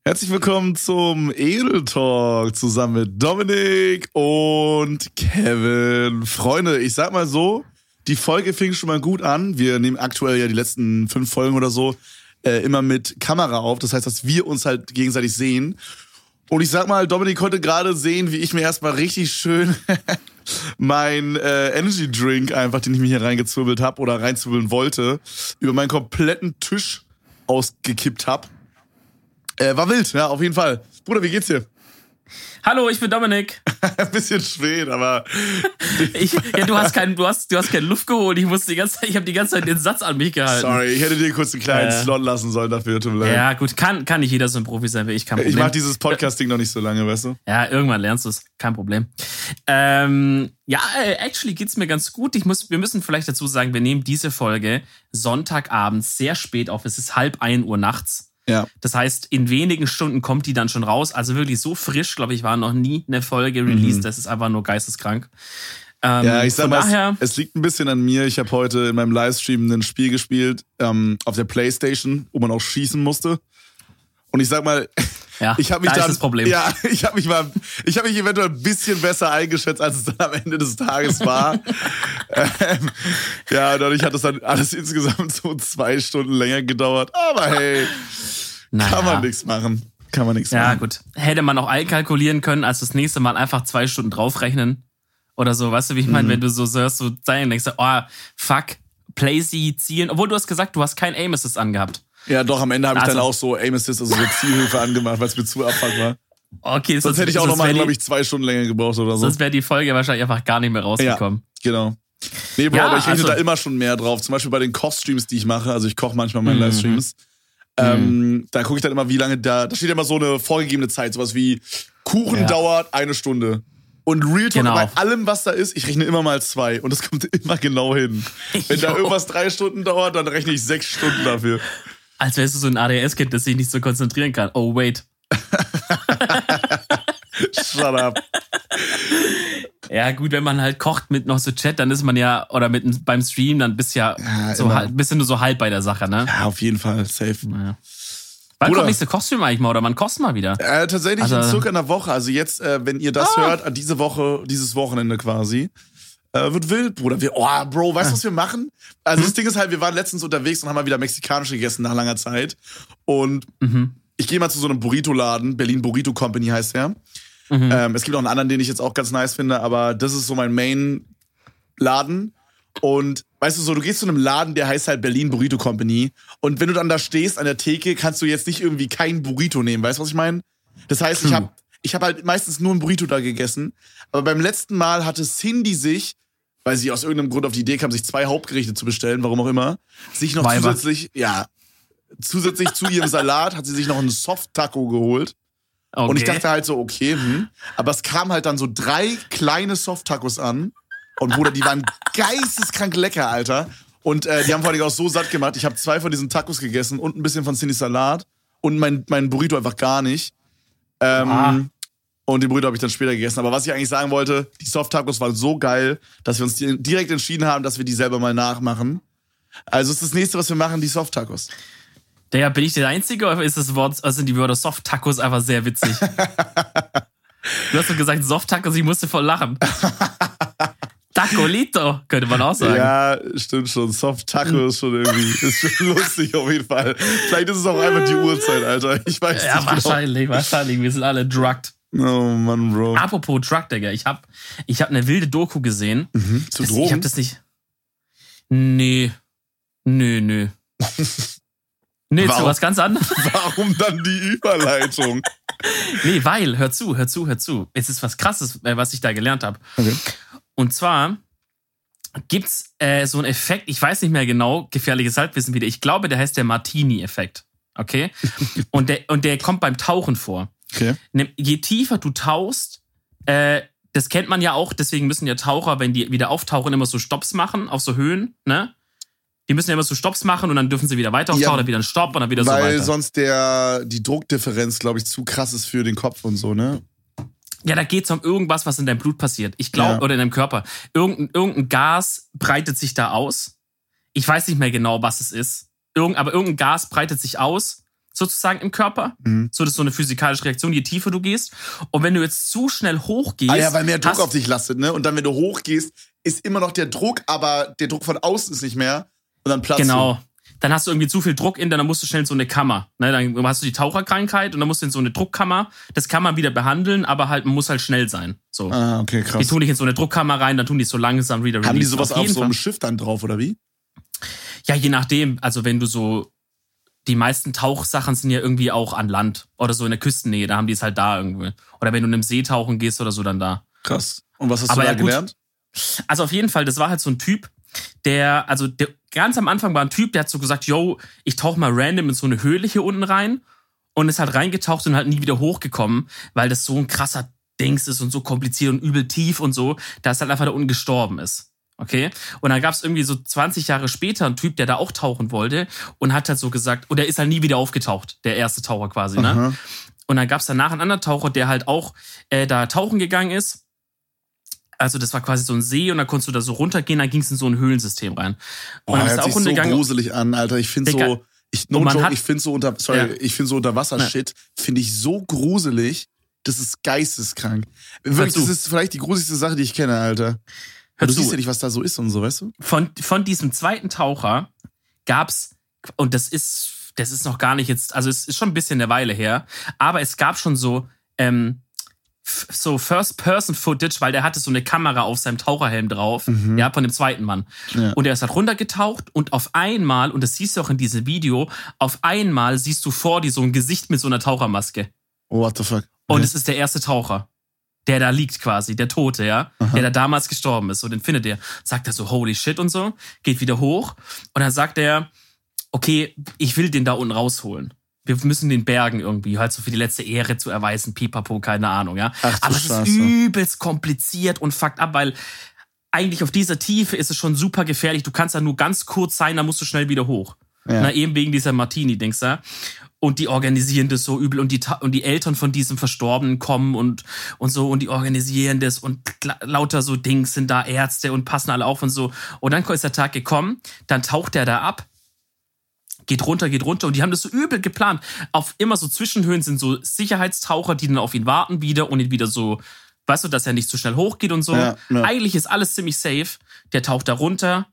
Herzlich willkommen zum Edel Talk zusammen mit Dominik und Kevin. Freunde, ich sag mal so, die Folge fing schon mal gut an. Wir nehmen aktuell ja die letzten 5 Folgen oder so immer mit Kamera auf. Das heißt, dass wir uns halt gegenseitig sehen. Und ich sag mal, Dominik konnte gerade sehen, wie ich mir erstmal richtig schön mein Energy Drink einfach, den ich mir hier reingezwirbelt habe oder reinzwirbeln wollte, über meinen kompletten Tisch ausgekippt habe. War wild, ja, auf jeden Fall. Bruder, wie geht's dir? Hallo, ich bin Dominik. Ein bisschen spät, aber... Du hast keine Luft geholt. Ich habe die ganze Zeit den Satz an mich gehalten. Sorry, ich hätte dir kurz einen kleinen Slot lassen sollen dafür. Ja, gut, kann nicht jeder so ein Profi sein wie ich, kein Problem. Ich mach dieses Podcasting noch nicht so lange, weißt du? Ja, irgendwann lernst du es, kein Problem. Actually geht's mir ganz gut. Wir müssen vielleicht dazu sagen, wir nehmen diese Folge Sonntagabends sehr spät auf. Es ist 0:30 Uhr nachts. Ja. Das heißt, in wenigen Stunden kommt die dann schon raus. Also wirklich so frisch, glaube ich, war noch nie eine Folge released. Das ist einfach nur geisteskrank. Ja, ich sag mal, es liegt ein bisschen an mir. Ich habe heute in meinem Livestream ein Spiel gespielt auf der Playstation, wo man auch schießen musste. Und ich sag mal, ja, ich habe mich da ist das Problem. Ja, ich habe mich eventuell ein bisschen besser eingeschätzt, als es dann am Ende des Tages war. Dadurch hat das dann alles insgesamt so 2 Stunden länger gedauert. Aber hey, kann man nichts machen. Ja, gut. Hätte man auch einkalkulieren können, als das nächste Mal einfach 2 Stunden draufrechnen oder so. Weißt du, wie ich meine, wenn du so hörst, so denkst, oh, fuck, Playsee, zielen. Obwohl du hast gesagt, du hast kein Aim Assist angehabt. Ja, doch, am Ende habe ich dann auch so Aim Assist, also so Zielhilfe angemacht, weil es mir zu abfuck war. Okay, sonst hätte ich auch nochmal, glaube ich, 2 Stunden länger gebraucht oder so. Sonst wäre die Folge wahrscheinlich einfach gar nicht mehr rausgekommen. Ja, genau. Nee, Bro, aber ich rechne da immer schon mehr drauf. Zum Beispiel bei den Kochstreams, die ich mache. Also ich koche manchmal meine Livestreams. Da gucke ich dann immer, wie lange da steht ja immer so eine vorgegebene Zeit. Sowas wie Kuchen dauert 1 Stunde. Und Real Talk, bei allem, was da ist, ich rechne immer mal 2. Und das kommt immer genau hin. Wenn da irgendwas 3 Stunden dauert, dann rechne ich 6 Stunden dafür. Als wärst du so ein ADHS-Kind, das sich nicht so konzentrieren kann. Oh, wait. Shut up. Ja, gut, wenn man halt kocht mit noch so Chat, dann ist man ja, oder beim Stream, dann bist du ja so bist du nur so halb bei der Sache, ne? Ja, auf jeden Fall, safe. Naja. Wann kommt nächste Kochstream eigentlich mal, oder wann kochst du mal wieder? Tatsächlich in circa einer Woche. Also jetzt, wenn ihr das hört, dieses Wochenende quasi. Wird wild, Bruder. Bro, weißt du, was wir machen? Also das Ding ist halt, wir waren letztens unterwegs und haben mal wieder mexikanisch gegessen nach langer Zeit. Und ich gehe mal zu so einem Burrito-Laden, Berlin Burrito Company heißt der. Es gibt auch einen anderen, den ich jetzt auch ganz nice finde, aber das ist so mein Main-Laden. Und weißt du so, du gehst zu einem Laden, der heißt halt Berlin Burrito Company. Und wenn du dann da stehst an der Theke, kannst du jetzt nicht irgendwie kein Burrito nehmen. Weißt du, was ich meine? Das heißt, ich hab halt meistens nur ein Burrito da gegessen. Aber beim letzten Mal hatte Cindy sich, weil sie aus irgendeinem Grund auf die Idee kam, sich 2 Hauptgerichte zu bestellen, warum auch immer, sich noch zusätzlich zu ihrem Salat hat sie sich noch einen Soft-Taco geholt. Okay. Und ich dachte halt so, okay, aber es kamen halt dann so 3 kleine Soft-Tacos an. Und Bruder, die waren geisteskrank lecker, Alter. Und die haben vor allem auch so satt gemacht. Ich habe 2 von diesen Tacos gegessen und ein bisschen von Cindys Salat. Und mein Burrito einfach gar nicht. Und den Burrito habe ich dann später gegessen. Aber was ich eigentlich sagen wollte, die Soft-Tacos waren so geil, dass wir uns direkt entschieden haben, dass wir die selber mal nachmachen. Also ist das nächste, was wir machen, die Soft-Tacos. Ja, bin ich der Einzige oder sind die Wörter Soft-Tacos einfach sehr witzig? Du hast doch gesagt Soft-Tacos, ich musste voll lachen. Tacolito, könnte man auch sagen. Ja, stimmt schon. Soft-Taco ist schon lustig auf jeden Fall. Vielleicht ist es auch einfach die Uhrzeit, Alter. Ich weiß nicht. Ja, wahrscheinlich. Wir sind alle drugged. Oh Mann, Bro. Apropos drugged, Digga. Ich hab eine wilde Doku gesehen. Zu Drogen? Ich hab das nicht... Nee. Nee, zu was ganz anderes. Warum dann die Überleitung? Nee, weil, hör zu. Es ist was Krasses, was ich da gelernt habe. Okay. Und zwar gibt's so einen Effekt, ich weiß nicht mehr genau, gefährliches Halbwissen wieder. Ich glaube, der heißt der Martini-Effekt. Okay? Und der kommt beim Tauchen vor. Okay. Je tiefer du tauchst, das kennt man ja auch, deswegen müssen ja Taucher, wenn die wieder auftauchen, immer so Stopps machen, auf so Höhen, ne? Die müssen ja immer so Stopps machen und dann dürfen sie wieder weiter auftauchen, dann wieder ein Stopp und dann wieder so weiter. Weil sonst die Druckdifferenz, glaube ich, zu krass ist für den Kopf und so, ne? Ja, da geht's um irgendwas, was in deinem Blut passiert. Ich glaube, oder in deinem Körper. Irgendein Gas breitet sich da aus. Ich weiß nicht mehr genau, was es ist. Aber irgendein Gas breitet sich aus sozusagen im Körper. So, das ist so eine physikalische Reaktion, je tiefer du gehst. Und wenn du jetzt zu schnell hochgehst... Ah ja, weil mehr Druck auf dich lastet, ne? Und dann, wenn du hochgehst, ist immer noch der Druck, aber der Druck von außen ist nicht mehr. Und dann platzt Genau. Dann hast du irgendwie zu viel Druck dann musst du schnell in so eine Kammer. Ne? Dann hast du die Taucherkrankheit und dann musst du in so eine Druckkammer. Das kann man wieder behandeln, aber halt, man muss halt schnell sein. So. Ah, okay, krass. Die tun dich in so eine Druckkammer rein, dann tun die so langsam wieder releasen. Haben die sowas auf so einem Schiff dann drauf, oder wie? Ja, je nachdem. Also wenn du so... Die meisten Tauchsachen sind ja irgendwie auch an Land oder so in der Küstennähe. Da haben die es halt da irgendwie. Oder wenn du in einem See tauchen gehst oder so, dann da. Krass. Und was hast du da gelernt? Also auf jeden Fall, das war halt so ein Typ, der ganz am Anfang war ein Typ, der hat so gesagt, yo, ich tauche mal random in so eine Höhle hier unten rein und ist halt reingetaucht und halt nie wieder hochgekommen, weil das so ein krasser Dings ist und so kompliziert und übel tief und so, dass halt einfach da unten gestorben ist. Okay? Und dann gab es irgendwie so 20 Jahre später einen Typ, der da auch tauchen wollte und hat halt so gesagt, und der ist halt nie wieder aufgetaucht, der erste Taucher quasi, ne? Aha. Und dann gab es danach einen anderen Taucher, der halt auch da tauchen gegangen ist. Also das war quasi so ein See und dann konntest du da so runtergehen, dann ging es in so ein Höhlensystem rein. Und dann hört sich so gruselig an, Alter. Ich finde so, ich finde so Unterwasser-Shit, finde ich so gruselig, das ist geisteskrank. Wirklich, das ist vielleicht die gruseligste Sache, die ich kenne, Alter. Du siehst ja nicht, was da so ist und so, weißt du? Von diesem zweiten Taucher gab's, und das ist noch gar nicht jetzt, also es ist schon ein bisschen eine Weile her, aber es gab schon so First-Person-Footage, weil der hatte so eine Kamera auf seinem Taucherhelm drauf, ja, von dem zweiten Mann. Ja. Und er ist halt runtergetaucht und auf einmal, und das siehst du auch in diesem Video, auf einmal siehst du vor dir so ein Gesicht mit so einer Tauchermaske. Oh, what the fuck? Und es ist der erste Taucher, der da liegt quasi, der Tote, ja, der da damals gestorben ist. So, den findet er, sagt er so, holy shit und so, geht wieder hoch und dann sagt er, okay, ich will den da unten rausholen. Wir müssen den bergen irgendwie, halt so für die letzte Ehre zu erweisen, pipapo, keine Ahnung, ja. Ach, aber es ist übelst kompliziert und fuckt ab, weil eigentlich auf dieser Tiefe ist es schon super gefährlich. Du kannst da nur ganz kurz sein, dann musst du schnell wieder hoch. Ja. Na, eben wegen dieser Martini-Dings da. Und die organisieren das so übel und die Eltern von diesem Verstorbenen kommen und so und die organisieren das und lauter so Dings sind da, Ärzte und passen alle auf und so. Und dann ist der Tag gekommen, dann taucht der da ab, geht runter und die haben das so übel geplant. Auf immer so Zwischenhöhen sind so Sicherheitstaucher, die dann auf ihn warten wieder und ihn wieder so, weißt du, dass er nicht so schnell hochgeht und so. Ja. Eigentlich ist alles ziemlich safe. Der taucht da runter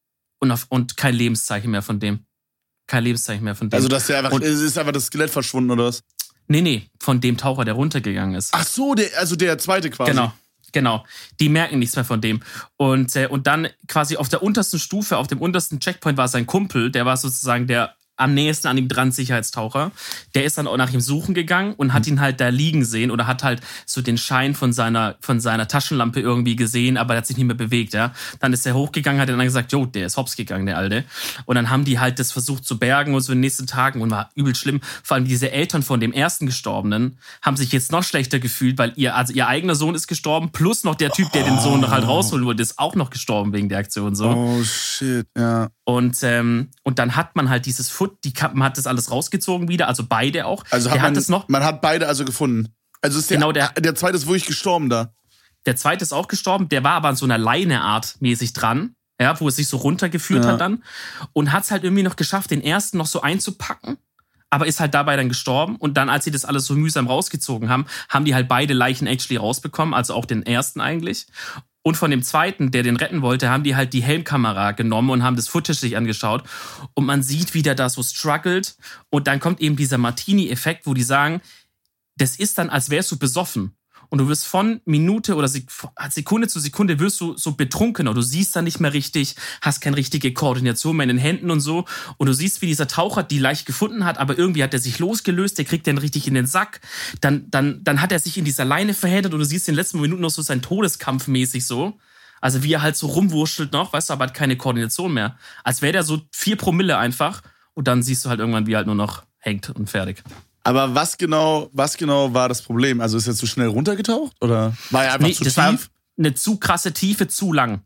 und kein Lebenszeichen mehr von dem. Kein Lebenszeichen mehr von dem. Also, dass der einfach, ist einfach das Skelett verschwunden, oder was? Nee, von dem Taucher, der runtergegangen ist. Ach so, der zweite quasi. Genau. Die merken nichts mehr von dem. Und dann quasi auf der untersten Stufe, auf dem untersten Checkpoint war sein Kumpel, der war sozusagen der am nächsten an ihm dran Sicherheitstaucher. Der ist dann auch nach ihm suchen gegangen und hat ihn halt da liegen sehen oder hat halt so den Schein von seiner Taschenlampe irgendwie gesehen, aber der hat sich nicht mehr bewegt, ja. Dann ist er hochgegangen, hat dann gesagt, jo, der ist hops gegangen, der Alte. Und dann haben die halt das versucht zu bergen und so in den nächsten Tagen und war übel schlimm. Vor allem diese Eltern von dem ersten Gestorbenen haben sich jetzt noch schlechter gefühlt, weil ihr eigener Sohn ist gestorben, plus noch der Typ, der den Sohn halt rausholen wollte, ist auch noch gestorben wegen der Aktion, so. Oh, shit, ja. Und dann hat man halt dieses man hat das alles rausgezogen wieder, also beide auch. Also man hat beide also gefunden. Also ist der zweite ist wirklich gestorben da. Der zweite ist auch gestorben, der war aber an so einer Leineart mäßig dran, ja, wo es sich so runtergeführt hat dann und hat es halt irgendwie noch geschafft, den ersten noch so einzupacken, aber ist halt dabei dann gestorben und dann, als sie das alles so mühsam rausgezogen haben, haben die halt beide Leichen actually rausbekommen, also auch den ersten eigentlich. Und von dem zweiten, der den retten wollte, haben die halt die Helmkamera genommen und haben das Footage sich angeschaut. Und man sieht, wie der da so struggelt. Und dann kommt eben dieser Martini-Effekt, wo die sagen, das ist dann, als wärst du besoffen. Und du wirst von Minute oder Sekunde zu Sekunde wirst du so betrunkener. Du siehst dann nicht mehr richtig, hast keine richtige Koordination mehr in den Händen und so. Und du siehst, wie dieser Taucher die Leiche gefunden hat, aber irgendwie hat er sich losgelöst, der kriegt den richtig in den Sack. Dann hat er sich in dieser Leine verheddert und du siehst in den letzten Minuten noch so sein Todeskampf mäßig so. Also wie er halt so rumwurschtelt noch, weißt du, aber hat keine Koordination mehr. Als wäre der so 4 Promille einfach. Und dann siehst du halt irgendwann, wie er halt nur noch hängt und fertig. Aber was genau war das Problem? Also ist er zu schnell runtergetaucht? Oder war er einfach zu tief? War eine zu krasse Tiefe, zu lang.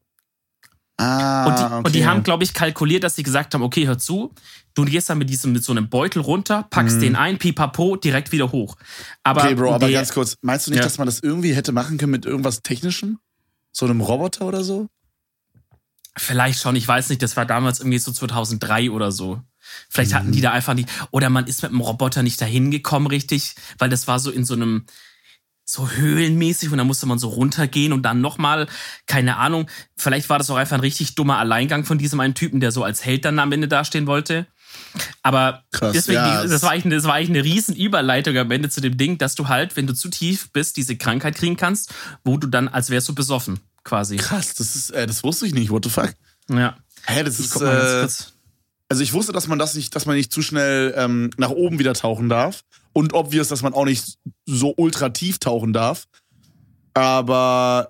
Okay. Und die haben, glaube ich, kalkuliert, dass sie gesagt haben, okay, hör zu, du gehst dann mit so einem Beutel runter, packst den ein, pipapo, direkt wieder hoch. Okay, Bro, aber ganz kurz, meinst du nicht, dass man das irgendwie hätte machen können mit irgendwas Technischem? So einem Roboter oder so? Vielleicht schon, ich weiß nicht, das war damals irgendwie so 2003 oder so. Vielleicht hatten die da einfach nicht, oder man ist mit dem Roboter nicht dahin gekommen richtig, weil das war so in so einem, so höhlenmäßig und dann musste man so runtergehen und dann nochmal, keine Ahnung, vielleicht war das auch einfach ein richtig dummer Alleingang von diesem einen Typen, der so als Held dann am Ende dastehen wollte. Aber Krass, deswegen, ja, das war eigentlich eine riesen Überleitung am Ende zu dem Ding, dass du halt, wenn du zu tief bist, diese Krankheit kriegen kannst, wo du dann, als wärst du besoffen, quasi. Krass, das wusste ich nicht, what the fuck? Ja. Hä, das ist, Guck mal ganz kurz. also ich wusste, dass man nicht zu schnell nach oben wieder tauchen darf. Und obvious, dass man auch nicht so ultra tief tauchen darf. Aber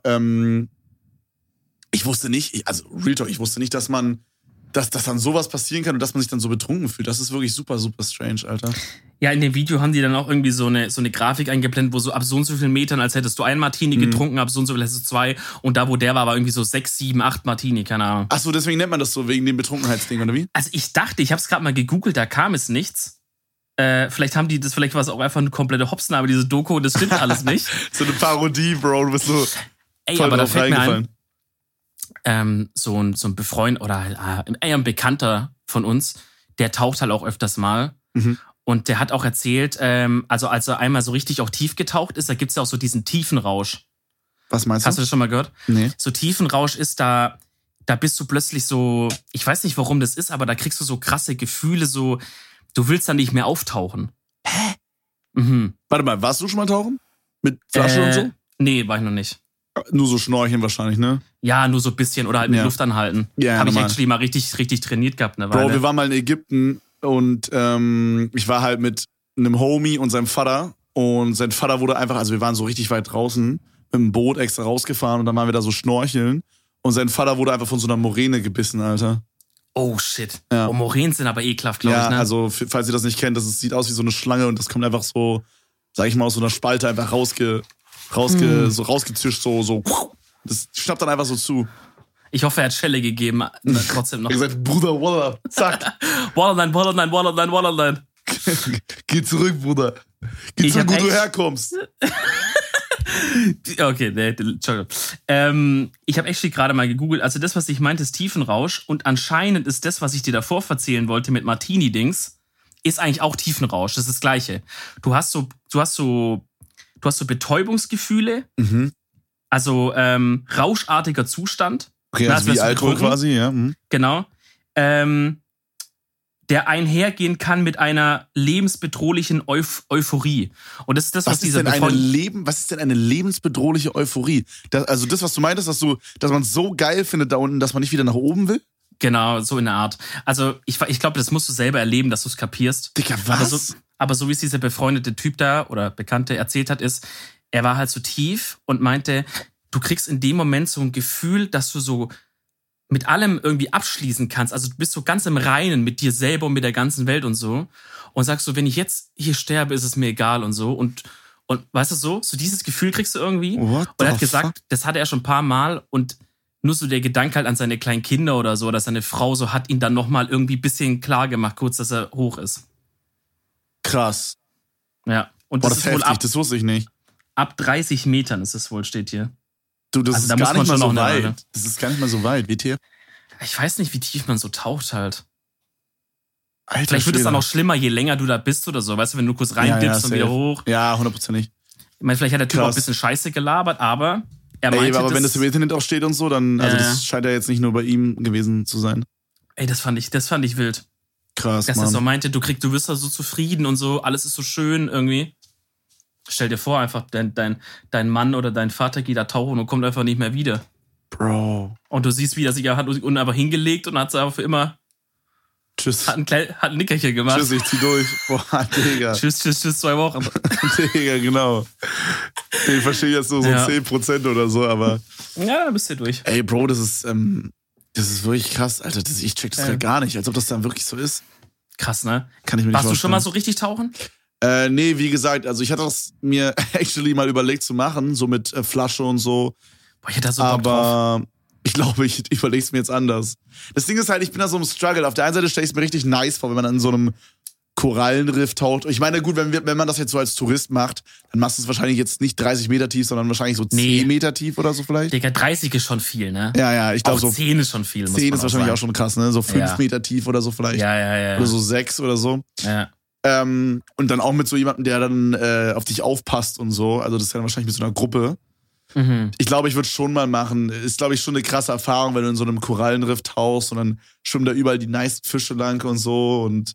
ich wusste nicht, also Real Talk, ich wusste nicht, dass dann sowas passieren kann und dass man sich dann so betrunken fühlt. Das ist wirklich super, super strange, Alter. Ja, in dem Video haben die dann auch irgendwie so eine Grafik eingeblendet, wo so ab so und so vielen Metern, als hättest du ein Martini getrunken, ab so und so viel hättest du zwei. Und da, wo der war irgendwie so 6, 7, 8 Martini, keine Ahnung. Ach so, deswegen nennt man das so, wegen dem Betrunkenheitsding, oder wie? Also ich dachte, ich habe es gerade mal gegoogelt, da kam es nichts. Vielleicht war es auch einfach eine komplette Hopsen, aber diese Doku, das stimmt alles nicht. So eine Parodie, Bro, du bist so Ey, voll aber da drauf fällt mir reingefallen. ein, so ein Befreund oder ein Bekannter von uns, der taucht halt auch öfters mal. Mhm. Und der hat auch erzählt, also als er einmal so richtig auch tief getaucht ist, da gibt's ja auch so diesen Tiefenrausch. Was meinst du? Hast du das schon mal gehört? Nee. So Tiefenrausch ist da bist du plötzlich so, ich weiß nicht, warum das ist, aber da kriegst du so krasse Gefühle, so, du willst dann nicht mehr auftauchen. Hä? Mhm. Warte mal, warst du schon mal tauchen? Mit Flasche und so? Nee, war ich noch nicht. Nur so Schnorcheln wahrscheinlich, ne? Ja, nur so ein bisschen oder halt mit Ja. Luft anhalten. Ja, Habe ich normal. actually mal richtig trainiert gehabt, ne? Bro, wir waren mal in Ägypten und ich war halt mit einem Homie und seinem Vater und sein Vater wurde einfach, also wir waren so richtig weit draußen mit dem Boot extra rausgefahren und dann waren wir da so schnorcheln und sein Vater wurde einfach von so einer Moräne gebissen, Alter. Oh shit. Ja. Oh, Moränen sind aber ekelhaft, glaube Ja, ich, ne? also falls ihr das nicht kennt, sieht aus wie so eine Schlange und das kommt einfach so, sag ich mal, aus so einer Spalte einfach so rausgezischt, so. Das schnappt dann einfach so zu. Ich hoffe, er hat Schelle gegeben, trotzdem noch. Er gesagt, Bruder, Wallah, zack. Wallerlein. Geh zurück, Bruder. Geh Ich zurück, hab wo du echt- herkommst. Okay, nee, Entschuldigung. Ich habe actually gerade mal gegoogelt. Also das, was ich meinte, ist Tiefenrausch. Und anscheinend ist das, was ich dir davor erzählen wollte mit Martini-Dings, ist eigentlich auch Tiefenrausch. Das ist das Gleiche. Du hast so Betäubungsgefühle, also rauschartiger Zustand. Okay, Na, also wie wärst du Alkohol betrunken. quasi, ja. Mhm. Genau. Der einhergehen kann mit einer lebensbedrohlichen Euphorie. Und das ist das, was Was ist, dieser was ist denn eine lebensbedrohliche Euphorie? Also das, was du meintest, dass man es so geil findet da unten, dass man nicht wieder nach oben will? Genau, so in der Art. Also ich glaube, das musst du selber erleben, dass du es kapierst. Digga, was? Aber so wie es dieser befreundete Typ da oder Bekannte erzählt hat, ist, er war halt so tief und meinte, du kriegst in dem Moment so ein Gefühl, dass du so mit allem irgendwie abschließen kannst. Also du bist so ganz im Reinen mit dir selber und mit der ganzen Welt und so. Und sagst so, wenn ich jetzt hier sterbe, ist es mir egal und so. Und weißt du so dieses Gefühl kriegst du irgendwie. What Und er hat the gesagt, das hatte er schon ein paar Mal und nur so der Gedanke halt an seine kleinen Kinder oder so, dass seine Frau so hat ihn dann nochmal irgendwie ein bisschen klar gemacht, kurz, dass er hoch ist. Krass. Ja. Und Boah, das das ist ist wohl heftig, das wusste ich nicht. ab 30 Metern ist es wohl, steht hier. Du, das Also da ist muss gar man nicht mal schon so noch eine weit. Weile. Das ist gar nicht mal so weit. WTF? Ich weiß nicht, wie tief man so taucht halt. Alter, Vielleicht wird es Schwede. dann noch schlimmer, je länger du da bist oder so. Weißt du, wenn du kurz reindippst und safe. wieder hoch. Ja, 100%. Ich meine, vielleicht hat der Typ auch ein Krass. bisschen Scheiße gelabert, aber er Ey, meinte, aber wenn das im Internet auch steht und so, dann, also Ja. das scheint ja jetzt nicht nur bei ihm gewesen zu sein. ey, das fand ich wild. Krass, Dass er Mann. so meinte, du wirst da so zufrieden und so, alles ist so schön irgendwie. Stell dir vor, einfach dein Mann oder dein Vater geht da tauchen und kommt einfach nicht mehr wieder. Bro. Und du siehst, wie er sich hat unten einfach hingelegt und hat es einfach für immer, Tschüss. hat ein Nickerchen gemacht. Tschüss, ich zieh durch. Boah, Digga. Tschüss, 2 Wochen. Digga, genau. Ich verstehe jetzt so Ja. 10% oder so, aber Ja, da bist du durch. ey, Bro, das ist wirklich krass, Alter. Ich check das Ja. halt gar nicht, als ob das dann wirklich so ist. Krass, ne? Kann ich mir nicht Warst du vorstellen. schon mal so richtig tauchen? Nee, wie gesagt, also ich hatte das mir actually mal überlegt zu machen, so mit Flasche und so. Boah, ich hätte da so Bock drauf. Aber ich glaube, ich überlege es mir jetzt anders. Das Ding ist halt, ich bin da so im Struggle. Auf der einen Seite stelle ich es mir richtig nice vor, wenn man in so einem Korallenriff taucht. Ich meine, gut, wenn man das jetzt so als Tourist macht, dann machst du es wahrscheinlich jetzt nicht 30 Meter tief, sondern wahrscheinlich so 10 Meter tief oder so vielleicht. Digga, 30 ist schon viel, ne? Ja, ich glaube so. 10 ist schon viel. 10 ist wahrscheinlich auch schon krass, ne? So 5 Meter tief oder so vielleicht. Ja. Oder so 6 oder so. Ja. Und dann auch mit so jemandem, der dann auf dich aufpasst und so. Also das ist ja dann wahrscheinlich mit so einer Gruppe. Mhm. Ich glaube, ich würde es schon mal machen. Ist, glaube ich, schon eine krasse Erfahrung, wenn du in so einem Korallenriff tauchst und dann schwimmen da überall die nice Fische lang und so und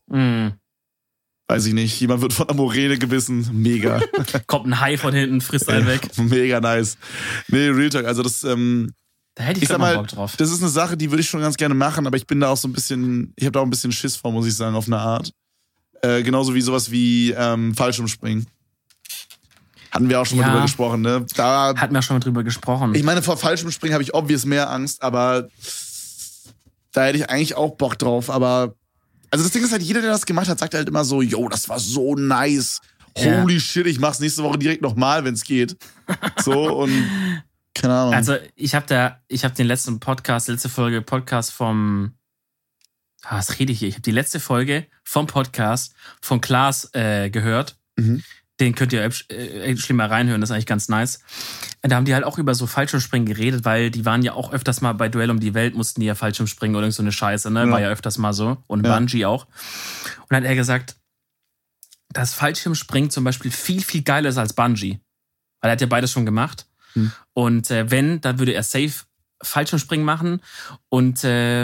weiß ich nicht, jemand wird von einer Moräne gebissen. Mega. Kommt ein Hai von hinten, frisst einen weg. Mega nice. Nee, Real Talk, also das, da hätte ich sag mal mal, Bock drauf. das ist eine Sache, die würde ich schon ganz gerne machen, aber ich bin da auch so ein bisschen, ich habe da auch ein bisschen Schiss vor, muss ich sagen, auf eine Art. Genauso wie sowas wie Fallschirmspringen. Hatten wir auch schon mal drüber gesprochen, ne? Hatten wir auch schon mal drüber gesprochen. Ich meine, vor Fallschirmspringen habe ich obvious mehr Angst, aber da hätte ich eigentlich auch Bock drauf, aber also das Ding ist halt, jeder, der das gemacht hat, sagt halt immer so, yo, das war so nice. Holy shit, ich mach's nächste Woche direkt nochmal, wenn's geht. So und keine Ahnung. Also ich habe den letzte Folge vom was rede ich hier? Ich habe die letzte Folge vom Podcast von Klaas gehört. Mhm. Den könnt ihr schlimm mal reinhören, das ist eigentlich ganz nice. Da haben die halt auch über so Fallschirmspringen geredet, weil die waren ja auch öfters mal bei Duell um die Welt, mussten die ja Fallschirmspringen oder irgend so eine Scheiße, ne? Ja. War ja öfters mal so. Und Bungee auch. Und dann hat er gesagt, dass Fallschirmspringen zum Beispiel viel, viel geiler ist als Bungee. Weil er hat ja beides schon gemacht. Und wenn, dann würde er safe Fallschirmspringen machen. Und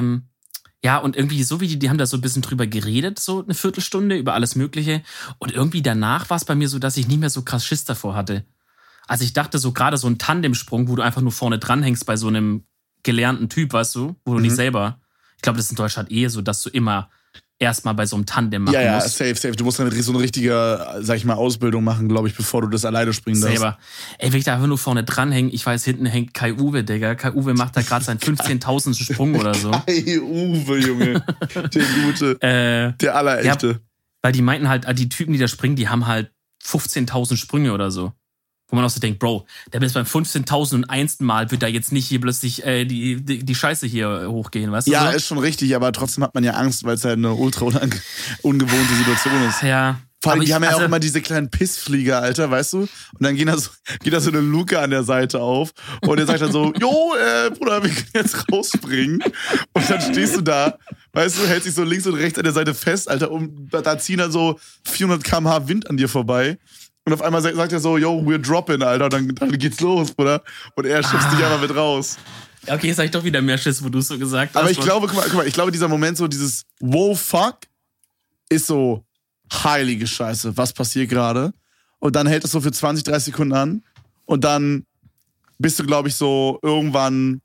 und irgendwie so wie die haben da so ein bisschen drüber geredet, so eine Viertelstunde über alles Mögliche. Und irgendwie danach war es bei mir so, dass ich nicht mehr so krass Schiss davor hatte. Also ich dachte so gerade so ein Tandemsprung, wo du einfach nur vorne dran hängst bei so einem gelernten Typ, weißt du, wo du nicht selber. Ich glaube, das ist in Deutschland so, dass du immer erstmal bei so einem Tandem machen musst. Ja, safe. Du musst dann so eine richtige, sag ich mal, Ausbildung machen, glaube ich, bevor du das alleine springen darfst. Selber. Ey, wenn ich da einfach nur vorne dran hänge, ich weiß, hinten hängt Kai-Uwe, Digga. Kai-Uwe macht da gerade seinen 15.000. Sprung oder so. Kai-Uwe, Junge. Der Gute. Der Allerechte. Ja, weil die meinten halt, die Typen, die da springen, die haben halt 15.000 Sprünge oder so. Wo man auch so denkt, Bro, der bis beim 15.001. Mal wird da jetzt nicht hier plötzlich die Scheiße hier hochgehen, weißt du? Ja, so? Ist schon richtig, aber trotzdem hat man ja Angst, weil es halt eine ultra ungewohnte Situation ist. Ja. Vor allem, die haben ja auch immer diese kleinen Pissflieger, Alter, weißt du? Und dann geht da so eine Luke an der Seite auf und der sagt dann so, jo, Bruder, wir können jetzt rausspringen. Und dann stehst du da, weißt du, hältst dich so links und rechts an der Seite fest, Alter, und da ziehen dann so 400 km/h Wind an dir vorbei. Und auf einmal sagt er so, yo, we're dropping, Alter. Und dann geht's los, Bruder. Und er schubst dich einfach mit raus. Okay, jetzt hab ich doch wieder mehr Schiss, wo du es so gesagt hast. Aber ich glaube, guck mal, ich glaube, dieser Moment so, dieses wow, fuck, ist so heilige Scheiße. Was passiert gerade? Und dann hält es so für 20, 30 Sekunden an. Und dann bist du, glaube ich, so irgendwann,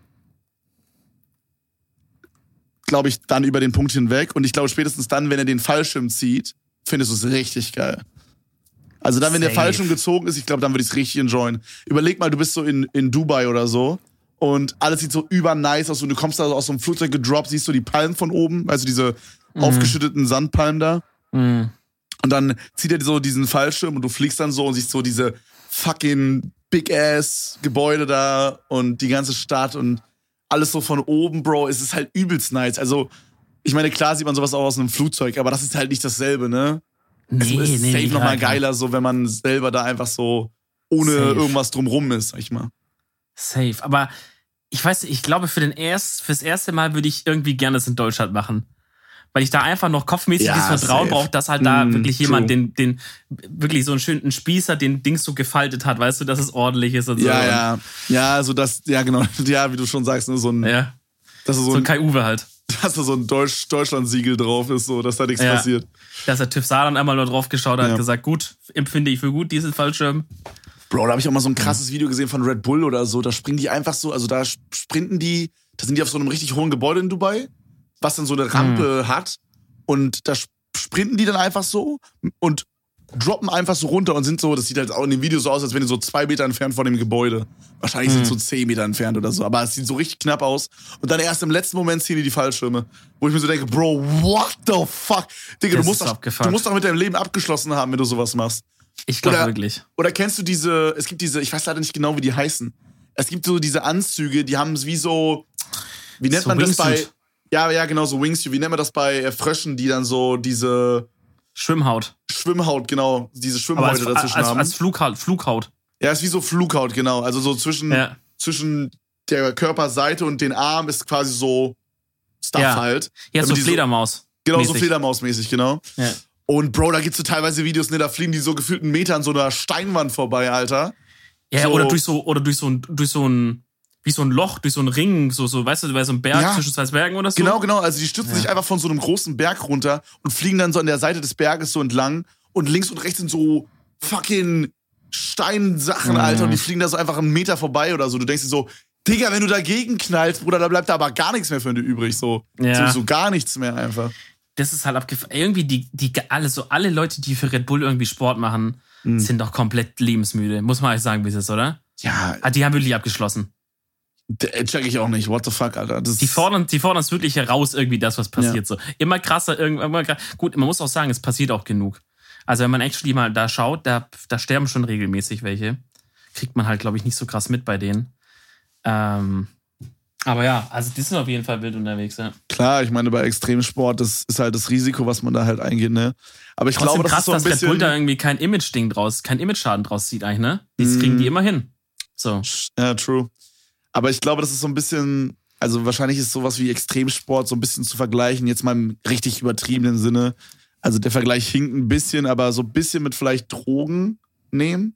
glaube ich, dann über den Punkt hinweg. Und ich glaube, spätestens dann, wenn er den Fallschirm zieht, findest du es richtig geil. Also dann, wenn der Fallschirm gezogen ist, ich glaube, dann würde ich es richtig enjoyen. Überleg mal, du bist so in Dubai oder so und alles sieht so übernice aus und du kommst da so aus so einem Flugzeug gedroppt, siehst du die Palmen von oben, also diese aufgeschütteten Sandpalmen da. Und dann zieht er so diesen Fallschirm und du fliegst dann so und siehst so diese fucking big-ass Gebäude da und die ganze Stadt und alles so von oben, Bro. Es ist halt übelst nice. Also, ich meine, klar sieht man sowas auch aus einem Flugzeug, aber das ist halt nicht dasselbe, ne? Es ist safe nochmal geiler, so wenn man selber da einfach so ohne irgendwas drumrum ist, sag ich mal. Safe. Aber ich weiß nicht, ich glaube, fürs erste Mal würde ich irgendwie gerne das in Deutschland machen. Weil ich da einfach noch kopfmäßig dieses Vertrauen brauche, dass halt da wirklich jemand den wirklich so einen schönen Spießer, den Dings so gefaltet hat, weißt du, dass es ordentlich ist und so. Ja, so das, ja genau, ja, wie du schon sagst, ne, so ein so ein Kai-Uwe halt. Dass da so ein Deutschland-Siegel drauf ist, so, dass da nichts passiert. Dass der TÜV Saarland einmal nur drauf geschaut hat, gesagt, gut, empfinde ich für gut, diesen Fallschirm. Bro, da habe ich auch mal so ein krasses Video gesehen von Red Bull oder so, da springen die einfach so, also da sprinten die, da sind die auf so einem richtig hohen Gebäude in Dubai, was dann so eine Rampe hat und da sprinten die dann einfach so und droppen einfach so runter und sind so, das sieht halt auch in dem Video so aus, als wären die so 2 Meter entfernt von dem Gebäude. Wahrscheinlich sind so 10 Meter entfernt oder so, aber es sieht so richtig knapp aus. Und dann erst im letzten Moment ziehen die Fallschirme, wo ich mir so denke, Bro, what the fuck? Digga, du musst doch mit deinem Leben abgeschlossen haben, wenn du sowas machst. Ich glaube wirklich. Oder kennst du es gibt diese, ich weiß leider nicht genau, wie die heißen. Es gibt so diese Anzüge, die haben es wie so, wie nennt man das bei, ja, genau, so Wingsuit, wie nennt man das bei Fröschen, die dann so diese, Schwimmhaut. Schwimmhaut, genau. Diese Schwimmhäute dazwischen haben. Als Flughaut. Ja, ist wie so Flughaut, genau. Also so zwischen der Körperseite und den Arm ist quasi so Stuff halt. Ja, so Fledermaus. Genau, so Fledermausmäßig, genau. Ja. Und Bro, da gibt's so teilweise Videos, ne, da fliegen die so gefühlt einen Meter an so einer Steinwand vorbei, Alter. Ja, oder durch so ein wie so ein Loch, durch so einen Ring, so, weißt du, bei so einem Berg zwischen zwei Bergen oder so. Genau. Also die stützen sich einfach von so einem großen Berg runter und fliegen dann so an der Seite des Berges so entlang. Und links und rechts sind so fucking Steinsachen, Alter. Und die fliegen da so einfach einen Meter vorbei oder so. Du denkst dir so, Digga, wenn du dagegen knallst, Bruder, da bleibt da aber gar nichts mehr für dich übrig. So gar nichts mehr einfach. Das ist halt abgefahren. Irgendwie alle Leute, die für Red Bull irgendwie Sport machen, sind doch komplett lebensmüde. Muss man eigentlich sagen, wie es ist, oder? Ja. Die haben wirklich abgeschlossen. Check ich auch nicht. What the fuck, Alter. Die fordern es wirklich heraus, irgendwie das, was passiert. So. Immer krasser, Gut, man muss auch sagen, es passiert auch genug. Also wenn man actually mal da schaut, da sterben schon regelmäßig welche. Kriegt man halt, glaube ich, nicht so krass mit bei denen. Aber ja, also die sind auf jeden Fall wild unterwegs, ja. Klar, ich meine, bei Extremsport, das ist halt das Risiko, was man da halt eingeht, ne? Aber ich glaube, das krass, ist so ein dass bisschen... Red Bull da irgendwie kein Image-Schaden draus zieht eigentlich, ne? Das kriegen die immer hin. So. Ja, true. Aber ich glaube, das ist so ein bisschen, also wahrscheinlich ist sowas wie Extremsport so ein bisschen zu vergleichen, jetzt mal im richtig übertriebenen Sinne. Also der Vergleich hinkt ein bisschen, aber so ein bisschen mit vielleicht Drogen nehmen.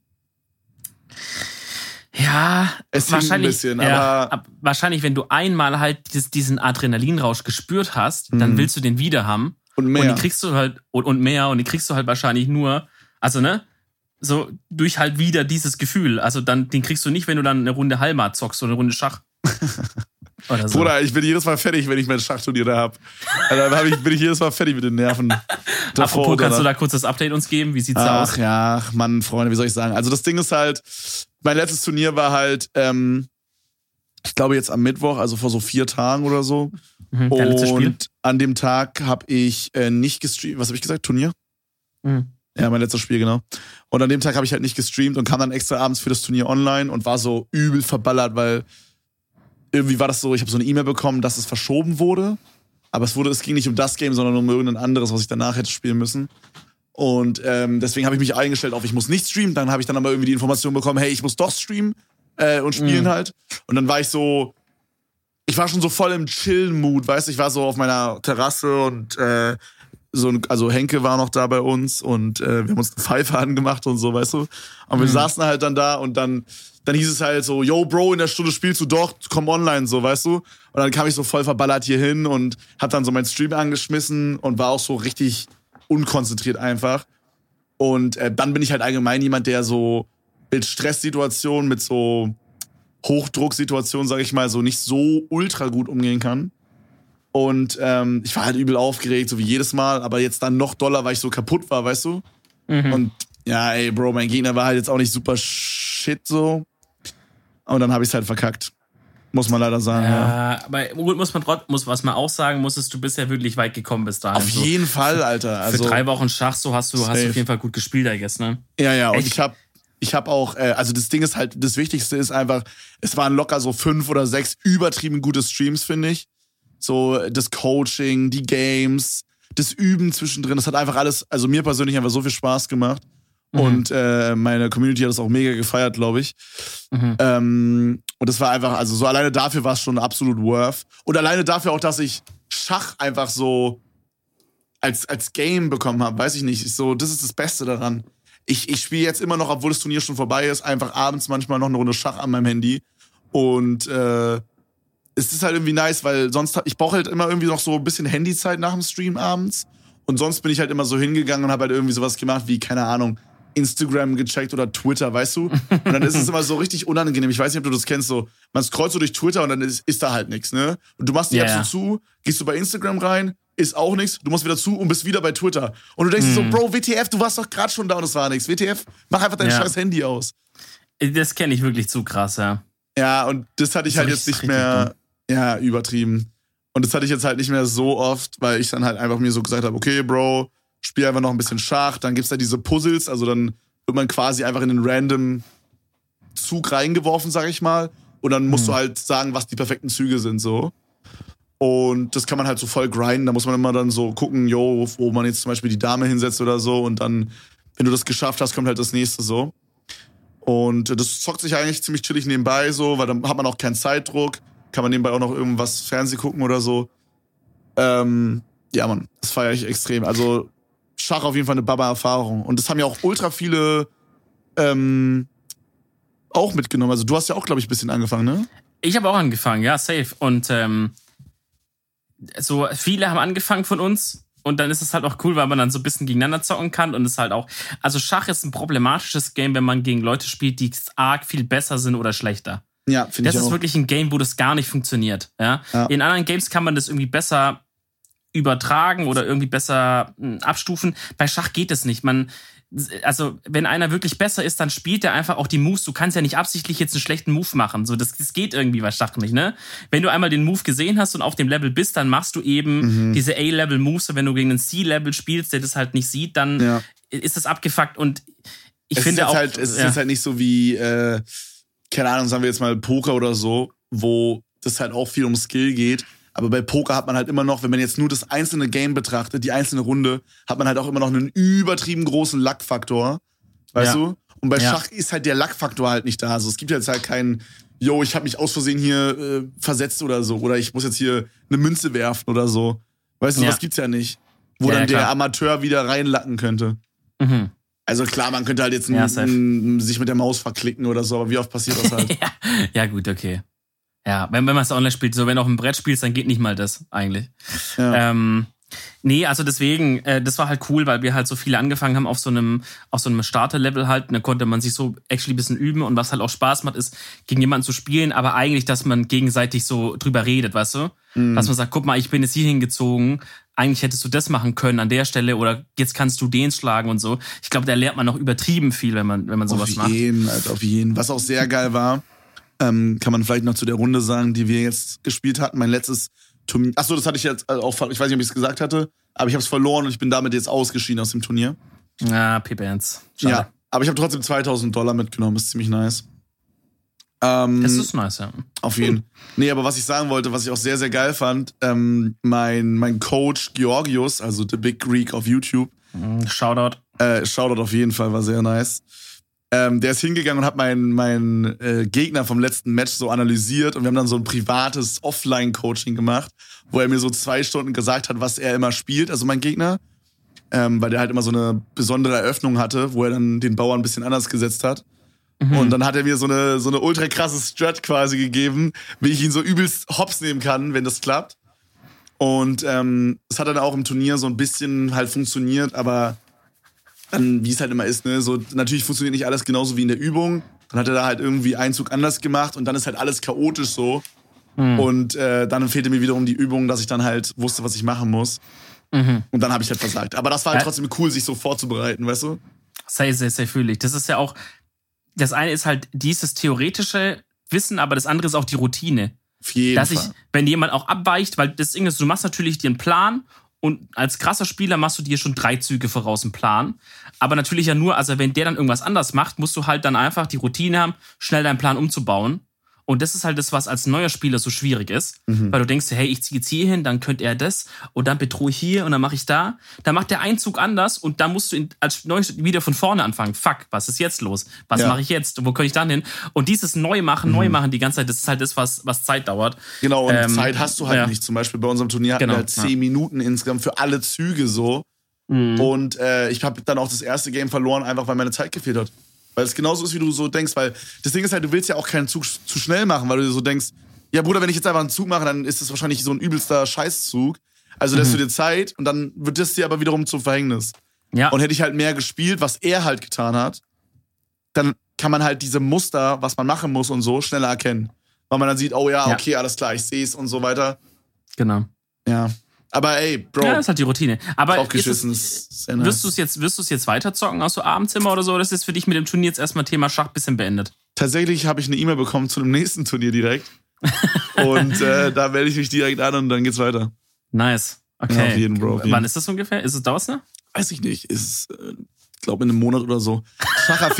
Ja, es wahrscheinlich ein bisschen, aber wahrscheinlich, wenn du einmal halt diesen Adrenalinrausch gespürt hast, dann willst du den wieder haben. Und mehr. Und den kriegst du halt, und den kriegst du halt wahrscheinlich nur, also ne, so durch halt wieder dieses Gefühl. Also dann, den kriegst du nicht, wenn du dann eine Runde Halma zockst oder eine Runde Schach. Oder so. Bruder, ich bin jedes Mal fertig, wenn ich mein Schachturnier da hab. Also, dann bin ich jedes Mal fertig mit den Nerven. Apropos, kannst du da kurz das Update uns geben? Wie sieht's da aus? Ach ja, Mann, Freunde, wie soll ich sagen? Also das Ding ist halt, mein letztes Turnier war halt, ich glaube jetzt am Mittwoch, also vor so 4 Tagen oder so. Dein letztes Spiel? Und an dem Tag habe ich nicht gestreamt. Was habe ich gesagt? Turnier? Ja, mein letztes Spiel, genau. Und an dem Tag habe ich halt nicht gestreamt und kam dann extra abends für das Turnier online und war so übel verballert, weil irgendwie war das so, ich habe so eine E-Mail bekommen, dass es verschoben wurde. Aber es ging nicht um das Game, sondern um irgendein anderes, was ich danach hätte spielen müssen. Und deswegen habe ich mich eingestellt auf, ich muss nicht streamen. Dann habe ich dann aber irgendwie die Information bekommen, hey, ich muss doch streamen und spielen halt. Und dann war ich war schon so voll im Chill-Mood, weißt du? Ich war so auf meiner Terrasse und also Henke war noch da bei uns und wir haben uns eine Pfeife angemacht und so, weißt du? Und wir saßen halt dann da und dann hieß es halt so, yo Bro, in der Stunde spielst du doch, komm online, so, weißt du? Und dann kam ich so voll verballert hier hin und hab dann so meinen Stream angeschmissen und war auch so richtig unkonzentriert einfach. Und dann bin ich halt allgemein jemand, der so mit Stresssituationen, mit so Hochdrucksituationen, sag ich mal, so nicht so ultra gut umgehen kann. Und ich war halt übel aufgeregt, so wie jedes Mal, aber jetzt dann noch doller, weil ich so kaputt war, weißt du? Und ja, ey, Bro, mein Gegner war halt jetzt auch nicht super shit so. Und dann habe ich es halt verkackt. Muss man leider sagen, ja. Aber was man auch sagen muss, ist, du bist ja wirklich weit gekommen bis dahin. Auf jeden Fall, Alter. Also, für 3 Wochen Schach, so hast du auf jeden Fall gut gespielt, I guess, ne? Ja, und ich hab auch, also das Ding ist halt, das Wichtigste ist einfach, es waren locker so 5 oder 6 übertrieben gute Streams, finde ich. So das Coaching, die Games, das Üben zwischendrin, das hat einfach alles, also mir persönlich einfach so viel Spaß gemacht. Und meine Community hat das auch mega gefeiert, glaube ich. Und das war einfach, also so alleine dafür war es schon absolut worth. Und alleine dafür auch, dass ich Schach einfach so als Game bekommen habe, weiß ich nicht. So, das ist das Beste daran. Ich spiele jetzt immer noch, obwohl das Turnier schon vorbei ist, einfach abends manchmal noch eine Runde Schach an meinem Handy. Und es ist halt irgendwie nice, weil sonst, ich brauche halt immer irgendwie noch so ein bisschen Handyzeit nach dem Stream abends. Und sonst bin ich halt immer so hingegangen und habe halt irgendwie sowas gemacht wie, keine Ahnung, Instagram gecheckt oder Twitter, weißt du? Und dann ist es immer so richtig unangenehm. Ich weiß nicht, ob du das kennst, so, man scrollt so durch Twitter und dann ist da halt nichts, ne? Und du machst die App so zu, gehst du bei Instagram rein, ist auch nichts, du musst wieder zu und bist wieder bei Twitter. Und du denkst so, Bro, WTF, du warst doch gerade schon da und es war nichts. WTF, mach einfach dein scheiß Handy aus. Das kenne ich wirklich zu krass, ja. Ja, und das hatte ich halt jetzt nicht mehr, übertrieben. Und das hatte ich jetzt halt nicht mehr so oft, weil ich dann halt einfach mir so gesagt habe, okay, Bro, spiel einfach noch ein bisschen Schach, dann gibt's da diese Puzzles, also dann wird man quasi einfach in einen random Zug reingeworfen, sag ich mal, und dann musst du halt sagen, was die perfekten Züge sind, so. Und das kann man halt so voll grinden. Da muss man immer dann so gucken, wo man jetzt zum Beispiel die Dame hinsetzt oder so. Und dann, wenn du das geschafft hast, kommt halt das nächste so. Und das zockt sich eigentlich ziemlich chillig nebenbei so, weil dann hat man auch keinen Zeitdruck. Kann man nebenbei auch noch irgendwas Fernsehen gucken oder so. Ja, Mann, das feiere ich extrem. Also Schach auf jeden Fall eine Baba-Erfahrung. Und das haben ja auch ultra viele auch mitgenommen. Also du hast ja auch, glaube ich, ein bisschen angefangen, ne? Ich habe auch angefangen, ja, safe. Und so viele haben angefangen von uns. Und dann ist es halt auch cool, weil man dann so ein bisschen gegeneinander zocken kann. Und es halt auch, also Schach ist ein problematisches Game, wenn man gegen Leute spielt, die arg viel besser sind oder schlechter. Ja, finde ich auch. Das ist wirklich ein Game, wo das gar nicht funktioniert. Ja? In anderen Games kann man das irgendwie besser übertragen oder irgendwie besser abstufen. Bei Schach geht es nicht. Also, wenn einer wirklich besser ist, dann spielt er einfach auch die Moves. Du kannst ja nicht absichtlich jetzt einen schlechten Move machen. So, das geht irgendwie bei Schach nicht, ne? Wenn du einmal den Move gesehen hast und auf dem Level bist, dann machst du eben diese A-Level-Moves. Und wenn du gegen einen C-Level spielst, der das halt nicht sieht, dann ist das abgefuckt. Und ich finde auch... Es ist jetzt halt nicht so wie, keine Ahnung, sagen wir jetzt mal Poker oder so, wo das halt auch viel um Skill geht. Aber bei Poker hat man halt immer noch, wenn man jetzt nur das einzelne Game betrachtet, die einzelne Runde, hat man halt auch immer noch einen übertrieben großen Luck-Faktor. Weißt du? Und bei Schach ist halt der Luck-Faktor halt nicht da. Also es gibt jetzt halt keinen, ich habe mich aus Versehen hier versetzt oder so. Oder ich muss jetzt hier eine Münze werfen oder so. Weißt du, das gibt's ja nicht. Wo dann der Amateur wieder reinlacken könnte. Mhm. Also klar, man könnte halt jetzt sich mit der Maus verklicken oder so, aber wie oft passiert das halt? Ja, gut, okay. Ja, wenn man es online spielt, so wenn du auf dem Brett spielst, dann geht nicht mal das eigentlich. Ja. Nee, also deswegen, das war halt cool, weil wir halt so viele angefangen haben auf so einem Starter-Level halt. Und dann konnte man sich so actually ein bisschen üben. Und was halt auch Spaß macht, ist, gegen jemanden zu spielen, aber eigentlich, dass man gegenseitig so drüber redet, weißt du? Dass man sagt, guck mal, ich bin jetzt hier hingezogen. Eigentlich hättest du das machen können an der Stelle oder jetzt kannst du den schlagen und so. Ich glaube, da lernt man noch übertrieben viel, wenn man sowas macht. Auf jeden. Was auch sehr geil war, kann man vielleicht noch zu der Runde sagen, die wir jetzt gespielt hatten. Mein letztes Turnier. Achso, das hatte ich jetzt auch, ich weiß nicht, ob ich es gesagt hatte, aber ich habe es verloren und ich bin damit jetzt ausgeschieden aus dem Turnier. P-Bands. Ja, aber ich habe trotzdem $2.000 mitgenommen, ist ziemlich nice. Das ist nice, ja. Auf jeden Fall. Nee, aber was ich sagen wollte, was ich auch sehr, sehr geil fand, mein Coach Georgios, also The Big Greek auf YouTube. Shoutout. Shoutout auf jeden Fall, war sehr nice. Der ist hingegangen und hat meinen Gegner vom letzten Match so analysiert und wir haben dann so ein privates Offline-Coaching gemacht, wo er mir so 2 Stunden gesagt hat, was er immer spielt, also mein Gegner, weil der halt immer so eine besondere Eröffnung hatte, wo er dann den Bauern ein bisschen anders gesetzt hat. Und dann hat er mir so eine ultra krasse Strat quasi gegeben, wie ich ihn so übelst hops nehmen kann, wenn das klappt. Und es hat dann auch im Turnier so ein bisschen halt funktioniert, aber dann, wie es halt immer ist, ne, so natürlich funktioniert nicht alles genauso wie in der Übung. Dann hat er da halt irgendwie einen Zug anders gemacht und dann ist halt alles chaotisch so. Und dann fehlte mir wiederum die Übung, dass ich dann halt wusste, was ich machen muss. Und dann habe ich halt versagt. Aber das war halt trotzdem cool, sich so vorzubereiten, weißt du? Sehr, sehr, sehr fühlig. Das ist ja auch, das eine ist halt dieses theoretische Wissen, aber das andere ist auch die Routine. Auf jeden Fall. Wenn jemand auch abweicht, weil das Ding ist, du machst natürlich dir einen Plan und als krasser Spieler machst du dir schon 3 Züge voraus einen Plan. Aber natürlich ja nur, also wenn der dann irgendwas anders macht, musst du halt dann einfach die Routine haben, schnell deinen Plan umzubauen. Und das ist halt das, was als neuer Spieler so schwierig ist. Weil du denkst, hey, ich ziehe jetzt hier hin, dann könnte er das und dann bedrohe ich hier und dann mache ich da. Dann macht der einen Zug anders und dann musst du als Neuer wieder von vorne anfangen. Fuck, was ist jetzt los? Was mache ich jetzt? Wo kann ich dann hin? Und dieses Neu-machen die ganze Zeit, das ist halt das, was Zeit dauert. Genau, und Zeit hast du halt nicht. Zum Beispiel bei unserem Turnier hatten wir halt 10 Minuten insgesamt für alle Züge so. Und ich habe dann auch das erste Game verloren, einfach weil meine Zeit gefehlt hat. Weil es genauso ist, wie du so denkst, weil das Ding ist halt, du willst ja auch keinen Zug zu schnell machen, weil du so denkst, ja Bruder, wenn ich jetzt einfach einen Zug mache, dann ist das wahrscheinlich so ein übelster Scheißzug. Also lässt du dir Zeit und dann wird das dir aber wiederum zum Verhängnis. Ja. Und hätte ich halt mehr gespielt, was er halt getan hat, dann kann man halt diese Muster, was man machen muss und so, schneller erkennen. Weil man dann sieht, oh ja, okay, alles klar, ich sehe es und so weiter. Genau. Ja. Aber ey, Bro. Ja, das ist halt die Routine. Aber aufgeschissen ist sehr nice. Wirst du es jetzt weiterzocken aus so Abendzimmer oder so? Oder ist das für dich mit dem Turnier jetzt erstmal Thema Schach ein bisschen beendet? Tatsächlich habe ich eine E-Mail bekommen zu dem nächsten Turnier direkt. Und da melde ich mich direkt an und dann geht's weiter. Nice. Okay. Ja, auf jeden, Bro. Wann ist das ungefähr? Dauert's noch? Weiß ich nicht. Ist glaube in einem Monat oder so. Schacher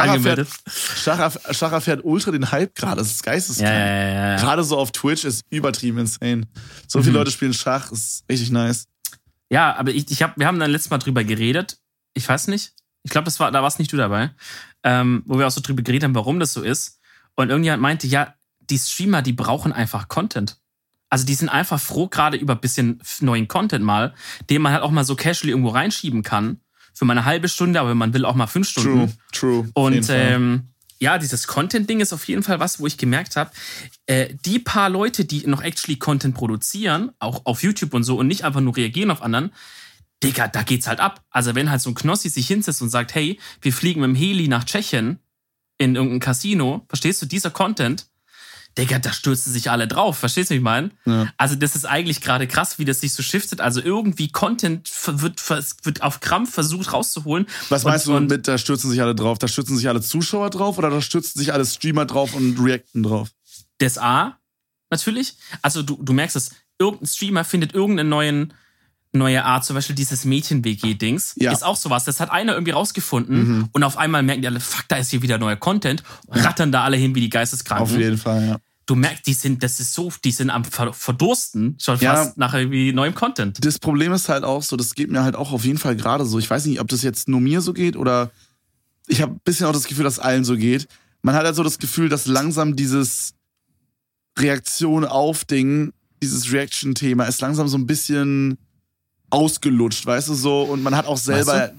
fährt ultra den Hype gerade. Das ist geisteskrank. Ja. Gerade so auf Twitch ist übertrieben insane. So viele Leute spielen Schach, ist richtig nice. Ja, aber wir haben dann letztes Mal drüber geredet. Ich weiß nicht. Ich glaube, da warst nicht du dabei. Wo wir auch so drüber geredet haben, warum das so ist. Und irgendjemand meinte, ja, die Streamer, die brauchen einfach Content. Also die sind einfach froh gerade über ein bisschen neuen Content mal, den man halt auch mal so casually irgendwo reinschieben kann. Für mal eine halbe Stunde, aber man will auch mal 5 Stunden. True. Und ja, dieses Content-Ding ist auf jeden Fall was, wo ich gemerkt habe, die paar Leute, die noch actually Content produzieren, auch auf YouTube und so und nicht einfach nur reagieren auf anderen, Digga, da geht's halt ab. Also wenn halt so ein Knossi sich hinsetzt und sagt, hey, wir fliegen mit dem Heli nach Tschechien in irgendein Casino, verstehst du, dieser Content, Digga, da stürzen sich alle drauf. Verstehst du, wie ich meine? Ja. Also das ist eigentlich gerade krass, wie das sich so shiftet. Also irgendwie Content wird auf Krampf versucht rauszuholen. Was meinst du mit, da stürzen sich alle drauf? Da stürzen sich alle Zuschauer drauf oder da stürzen sich alle Streamer drauf und reacten drauf? Das A, natürlich. Also du merkst es, irgendein Streamer findet irgendeine neue Art, zum Beispiel dieses Mädchen-WG-Dings, ist auch sowas. Das hat einer irgendwie rausgefunden und auf einmal merken die alle, fuck, da ist hier wieder neuer Content, rattern da alle hin wie die Geisteskranken. Auf jeden Fall, ja. Du merkst, die sind am Verdursten schon fast nach irgendwie neuem Content. Das Problem ist halt auch so, das geht mir halt auch auf jeden Fall gerade so. Ich weiß nicht, ob das jetzt nur mir so geht oder ich habe ein bisschen auch das Gefühl, dass allen so geht. Man hat halt so das Gefühl, dass langsam dieses Reaktion auf Ding, dieses Reaction-Thema ist langsam so ein bisschen ausgelutscht, weißt du, so. Und man hat auch selber...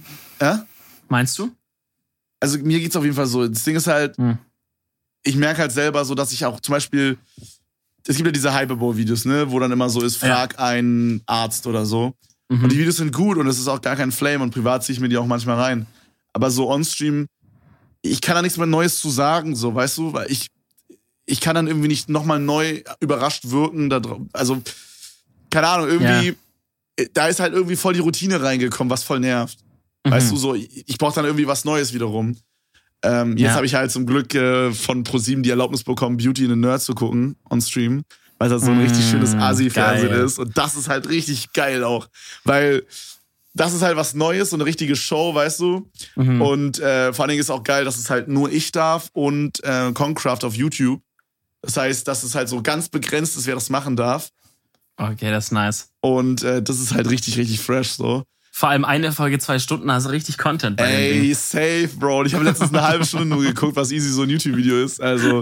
Meinst du? Also mir geht's auf jeden Fall so. Das Ding ist halt... Ich merke halt selber so, dass ich auch zum Beispiel, es gibt ja diese Hyperbole-Videos, ne, wo dann immer so ist, frag einen Arzt oder so. Und die Videos sind gut und es ist auch gar kein Flame und privat ziehe ich mir die auch manchmal rein. Aber so on-stream, ich kann da nichts mehr Neues zu sagen, so, weißt du, weil ich kann dann irgendwie nicht nochmal neu überrascht wirken. Also, keine Ahnung, irgendwie, da ist halt irgendwie voll die Routine reingekommen, was voll nervt. Weißt du, so, ich brauche dann irgendwie was Neues wiederum. Jetzt habe ich halt zum Glück von ProSieben die Erlaubnis bekommen, Beauty and the Nerd zu gucken on Stream, weil das so ein richtig schönes Asi-Fernsehen ist. Und das ist halt richtig geil auch, weil das ist halt was Neues, so eine richtige Show, weißt du. Und vor allen Dingen ist auch geil, dass es halt nur ich darf und Concraft auf YouTube. Das heißt, dass es halt so ganz begrenzt ist, wer das machen darf. Okay, das ist nice. Und das ist halt richtig, richtig fresh so. Vor allem eine Folge 2 Stunden, also richtig Content bei dem Ding. Safe, Bro. Ich habe letztens eine halbe Stunde nur geguckt, was easy so ein YouTube-Video ist. Also,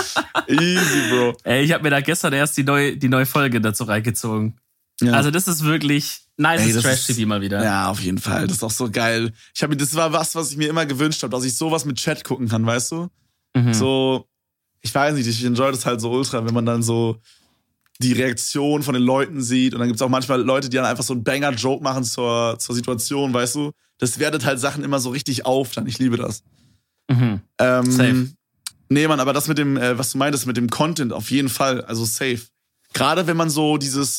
easy, Bro. Ey, ich habe mir da gestern erst die neue Folge dazu reingezogen. Ja. Also das ist wirklich nice Trash-TV mal wieder. Ja, auf jeden Fall. Das ist auch so geil. Das war was ich mir immer gewünscht habe, dass ich sowas mit Chat gucken kann, weißt du? So, ich weiß nicht, ich enjoy das halt so ultra, wenn man dann so die Reaktion von den Leuten sieht. Und dann gibt's auch manchmal Leute, die dann einfach so einen Banger-Joke machen zur Situation, weißt du? Das wertet halt Sachen immer so richtig auf dann. Ich liebe das. Safe. Nee, Mann, aber das mit dem, was du meintest, mit dem Content, auf jeden Fall. Also safe. Gerade wenn man so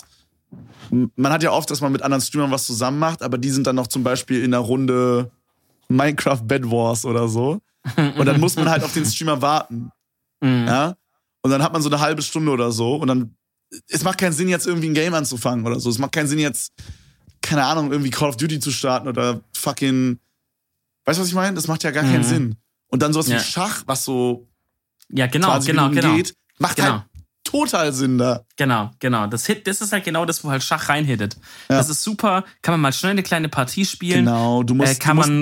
man hat ja oft, dass man mit anderen Streamern was zusammen macht, aber die sind dann noch zum Beispiel in einer Runde Minecraft Bed Wars oder so. Und dann muss man halt auf den Streamer warten. Ja? Und dann hat man so eine halbe Stunde oder so und dann es macht keinen Sinn, jetzt irgendwie ein Game anzufangen oder so. Es macht keinen Sinn, jetzt, keine Ahnung, irgendwie Call of Duty zu starten oder fucking, weißt du, was ich meine? Das macht ja gar keinen Sinn. Und dann sowas wie Schach, was so genau. geht, macht halt total Sinn da. Genau. Das ist halt genau das, wo halt Schach reinhittet. Ja. Das ist super, kann man mal schnell eine kleine Partie spielen. Genau, du musst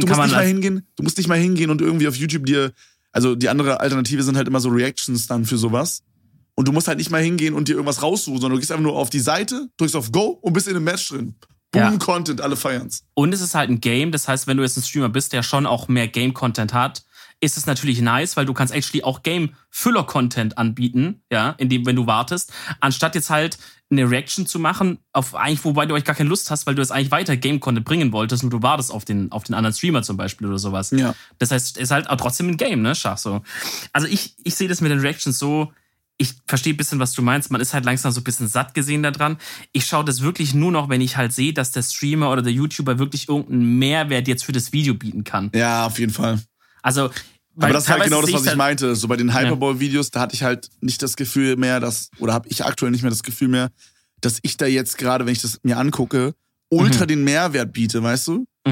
nicht mal hingehen und irgendwie auf YouTube also die andere Alternative sind halt immer so Reactions dann für sowas. Und du musst halt nicht mal hingehen und dir irgendwas raussuchen, sondern du gehst einfach nur auf die Seite, drückst auf Go und bist in einem Match drin. Boom, Content, alle feiern's. Und es ist halt ein Game, das heißt, wenn du jetzt ein Streamer bist, der schon auch mehr Game-Content hat, ist es natürlich nice, weil du kannst actually auch Game-Füller-Content anbieten, ja, wenn du wartest, anstatt jetzt halt eine Reaction zu machen, wobei du eigentlich gar keine Lust hast, weil du jetzt eigentlich weiter Game-Content bringen wolltest, nur du wartest auf den anderen Streamer zum Beispiel oder sowas. Ja. Das heißt, es ist halt auch trotzdem ein Game, ne, Schach so. Also ich sehe das mit den Reactions so, ich verstehe ein bisschen, was du meinst. Man ist halt langsam so ein bisschen satt gesehen da dran. Ich schaue das wirklich nur noch, wenn ich halt sehe, dass der Streamer oder der YouTuber wirklich irgendeinen Mehrwert jetzt für das Video bieten kann. Ja, auf jeden Fall. Also, aber das ist halt genau das, was ich meinte. So bei den Hyperball-Videos, da hatte ich halt nicht das Gefühl mehr, oder habe ich aktuell nicht mehr das Gefühl mehr, dass ich da jetzt gerade, wenn ich das mir angucke, ultra den Mehrwert biete, weißt du?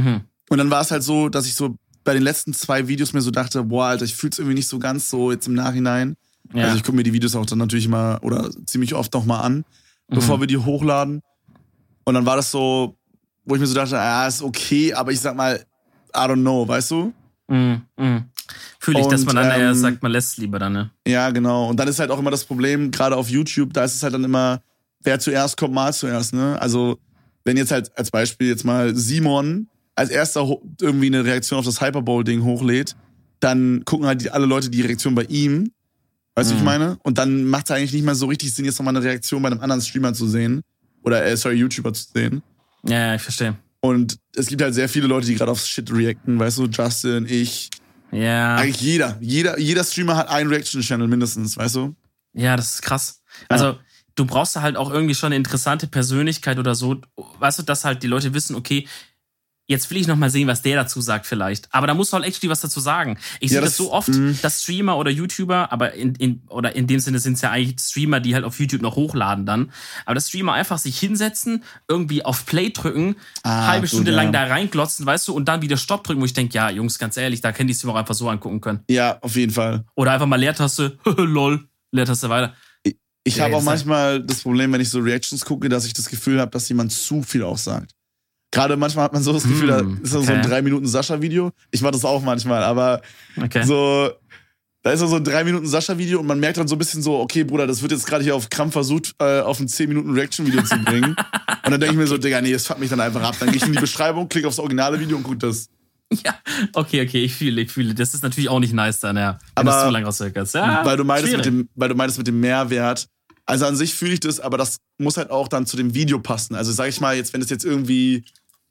Und dann war es halt so, dass ich so bei den letzten 2 Videos mir so dachte, boah, Alter, ich fühl's irgendwie nicht so ganz so jetzt im Nachhinein. Ja. Also ich gucke mir die Videos auch dann natürlich mal oder ziemlich oft nochmal an, bevor wir die hochladen. Und dann war das so, wo ich mir so dachte, ist okay, aber ich sag mal, I don't know, weißt du? Fühle ich, dass man dann eher sagt, man lässt es lieber dann, ne? Ja, genau. Und dann ist halt auch immer das Problem, gerade auf YouTube, da ist es halt dann immer, wer zuerst kommt, mal zuerst, ne? Also, wenn jetzt halt als Beispiel jetzt mal Simon als erster irgendwie eine Reaktion auf das Hyperbowl-Ding hochlädt, dann gucken halt alle Leute die Reaktion bei ihm. Weißt du, wie ich meine? Und dann macht es eigentlich nicht mehr so richtig Sinn, jetzt nochmal eine Reaktion bei einem anderen Streamer zu sehen. Oder, YouTuber zu sehen. Ja, ich verstehe. Und es gibt halt sehr viele Leute, die gerade auf Shit reacten, weißt du? Justin, ich. Ja. Eigentlich jeder Streamer hat einen Reaction-Channel mindestens, weißt du? Ja, das ist krass. Also, du brauchst da halt auch irgendwie schon eine interessante Persönlichkeit oder so. Weißt du, dass halt die Leute wissen, okay, jetzt will ich noch mal sehen, was der dazu sagt vielleicht. Aber da muss halt actually was dazu sagen. Ich sehe das so oft, dass Streamer oder YouTuber, aber in dem Sinne sind es ja eigentlich Streamer, die halt auf YouTube noch hochladen dann. Aber dass Streamer einfach sich hinsetzen, irgendwie auf Play drücken, halbe Stunde lang da reinglotzen, weißt du, und dann wieder Stopp drücken, wo ich denke, ja, Jungs, ganz ehrlich, da hätte ich es mir auch einfach so angucken können. Ja, auf jeden Fall. Oder einfach mal Leertaste, lol, Leertaste weiter. Ich habe auch manchmal das Problem, wenn ich so Reactions gucke, dass ich das Gefühl habe, dass jemand zu viel auch sagt. Gerade manchmal hat man so das Gefühl, da ist so ein 3-Minuten-Sascha-Video. Ich mache das auch manchmal, aber so, da ist so ein 3-Minuten-Sascha-Video und man merkt dann so ein bisschen so, okay, Bruder, das wird jetzt gerade hier auf Krampf versucht, auf ein 10-Minuten-Reaction-Video zu bringen. Und dann denke ich mir so, Digga, nee, das fuckt mich dann einfach ab. Dann gehe ich in die Beschreibung, klicke aufs originale Video und gucke das. Ja, okay, ich fühle. Das ist natürlich auch nicht nice dann, ja. Wenn aber du so lange raushörst. Ja, weil du meintest mit dem Mehrwert. Also an sich fühle ich das, aber das muss halt auch dann zu dem Video passen. Also sag ich mal, jetzt, wenn es jetzt irgendwie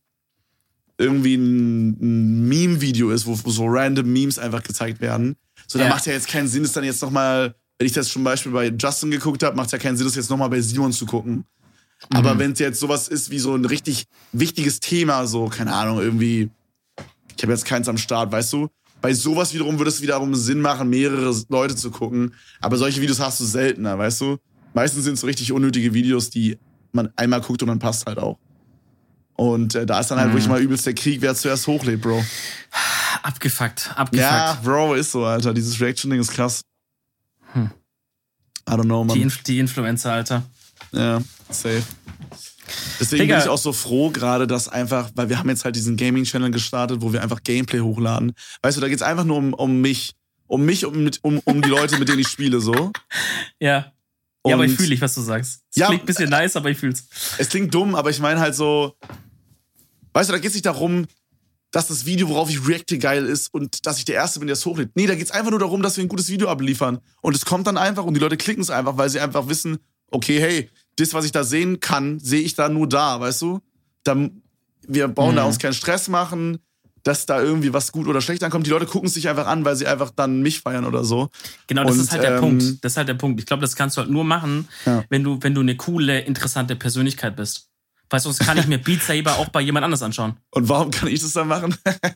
ein Meme-Video ist, wo so random Memes einfach gezeigt werden, so, da macht ja jetzt keinen Sinn, es dann jetzt nochmal, wenn ich das zum Beispiel bei Justin geguckt habe, macht es ja keinen Sinn, das jetzt nochmal bei Simon zu gucken. Aber wenn es jetzt sowas ist wie so ein richtig wichtiges Thema, so, keine Ahnung, irgendwie, ich habe jetzt keins am Start, weißt du? Bei sowas wiederum würde es wiederum Sinn machen, mehrere Leute zu gucken. Aber solche Videos hast du seltener, weißt du? Meistens sind es so richtig unnötige Videos, die man einmal guckt und dann passt halt auch. Und da ist dann halt wirklich mal übelst der Krieg, wer zuerst hochlädt, Bro. Abgefuckt. Ja, Bro, ist so, Alter. Dieses Reaction-Ding ist krass. I don't know, man. Die Influencer, Alter. Ja, safe. Deswegen bin ich auch so froh gerade, dass einfach, weil wir haben jetzt halt diesen Gaming-Channel gestartet, wo wir einfach Gameplay hochladen. Weißt du, da geht's einfach nur um mich. Um mich und die Leute, mit denen ich spiele, so. Ja. Ja, aber ich fühle nicht, was du sagst. Es klingt ein bisschen nice, aber ich fühl's. Es klingt dumm, aber ich meine halt so, weißt du, da geht's nicht darum, dass das Video, worauf ich reacte, geil ist und dass ich der Erste bin, der es hochlädt. Nee, da geht's einfach nur darum, dass wir ein gutes Video abliefern. Und es kommt dann einfach und die Leute klicken es einfach, weil sie einfach wissen, okay, hey, das, was ich da sehen kann, sehe ich da nur da, weißt du? Wir brauchen da uns keinen Stress machen, dass da irgendwie was gut oder schlecht ankommt. Die Leute gucken es sich einfach an, weil sie einfach dann mich feiern oder so. Genau, das ist halt der Punkt. Das ist halt der Punkt. Ich glaube, das kannst du halt nur machen, wenn du eine coole, interessante Persönlichkeit bist. Weil sonst kann ich mir Beat Saber auch bei jemand anders anschauen. Und warum kann ich das dann machen?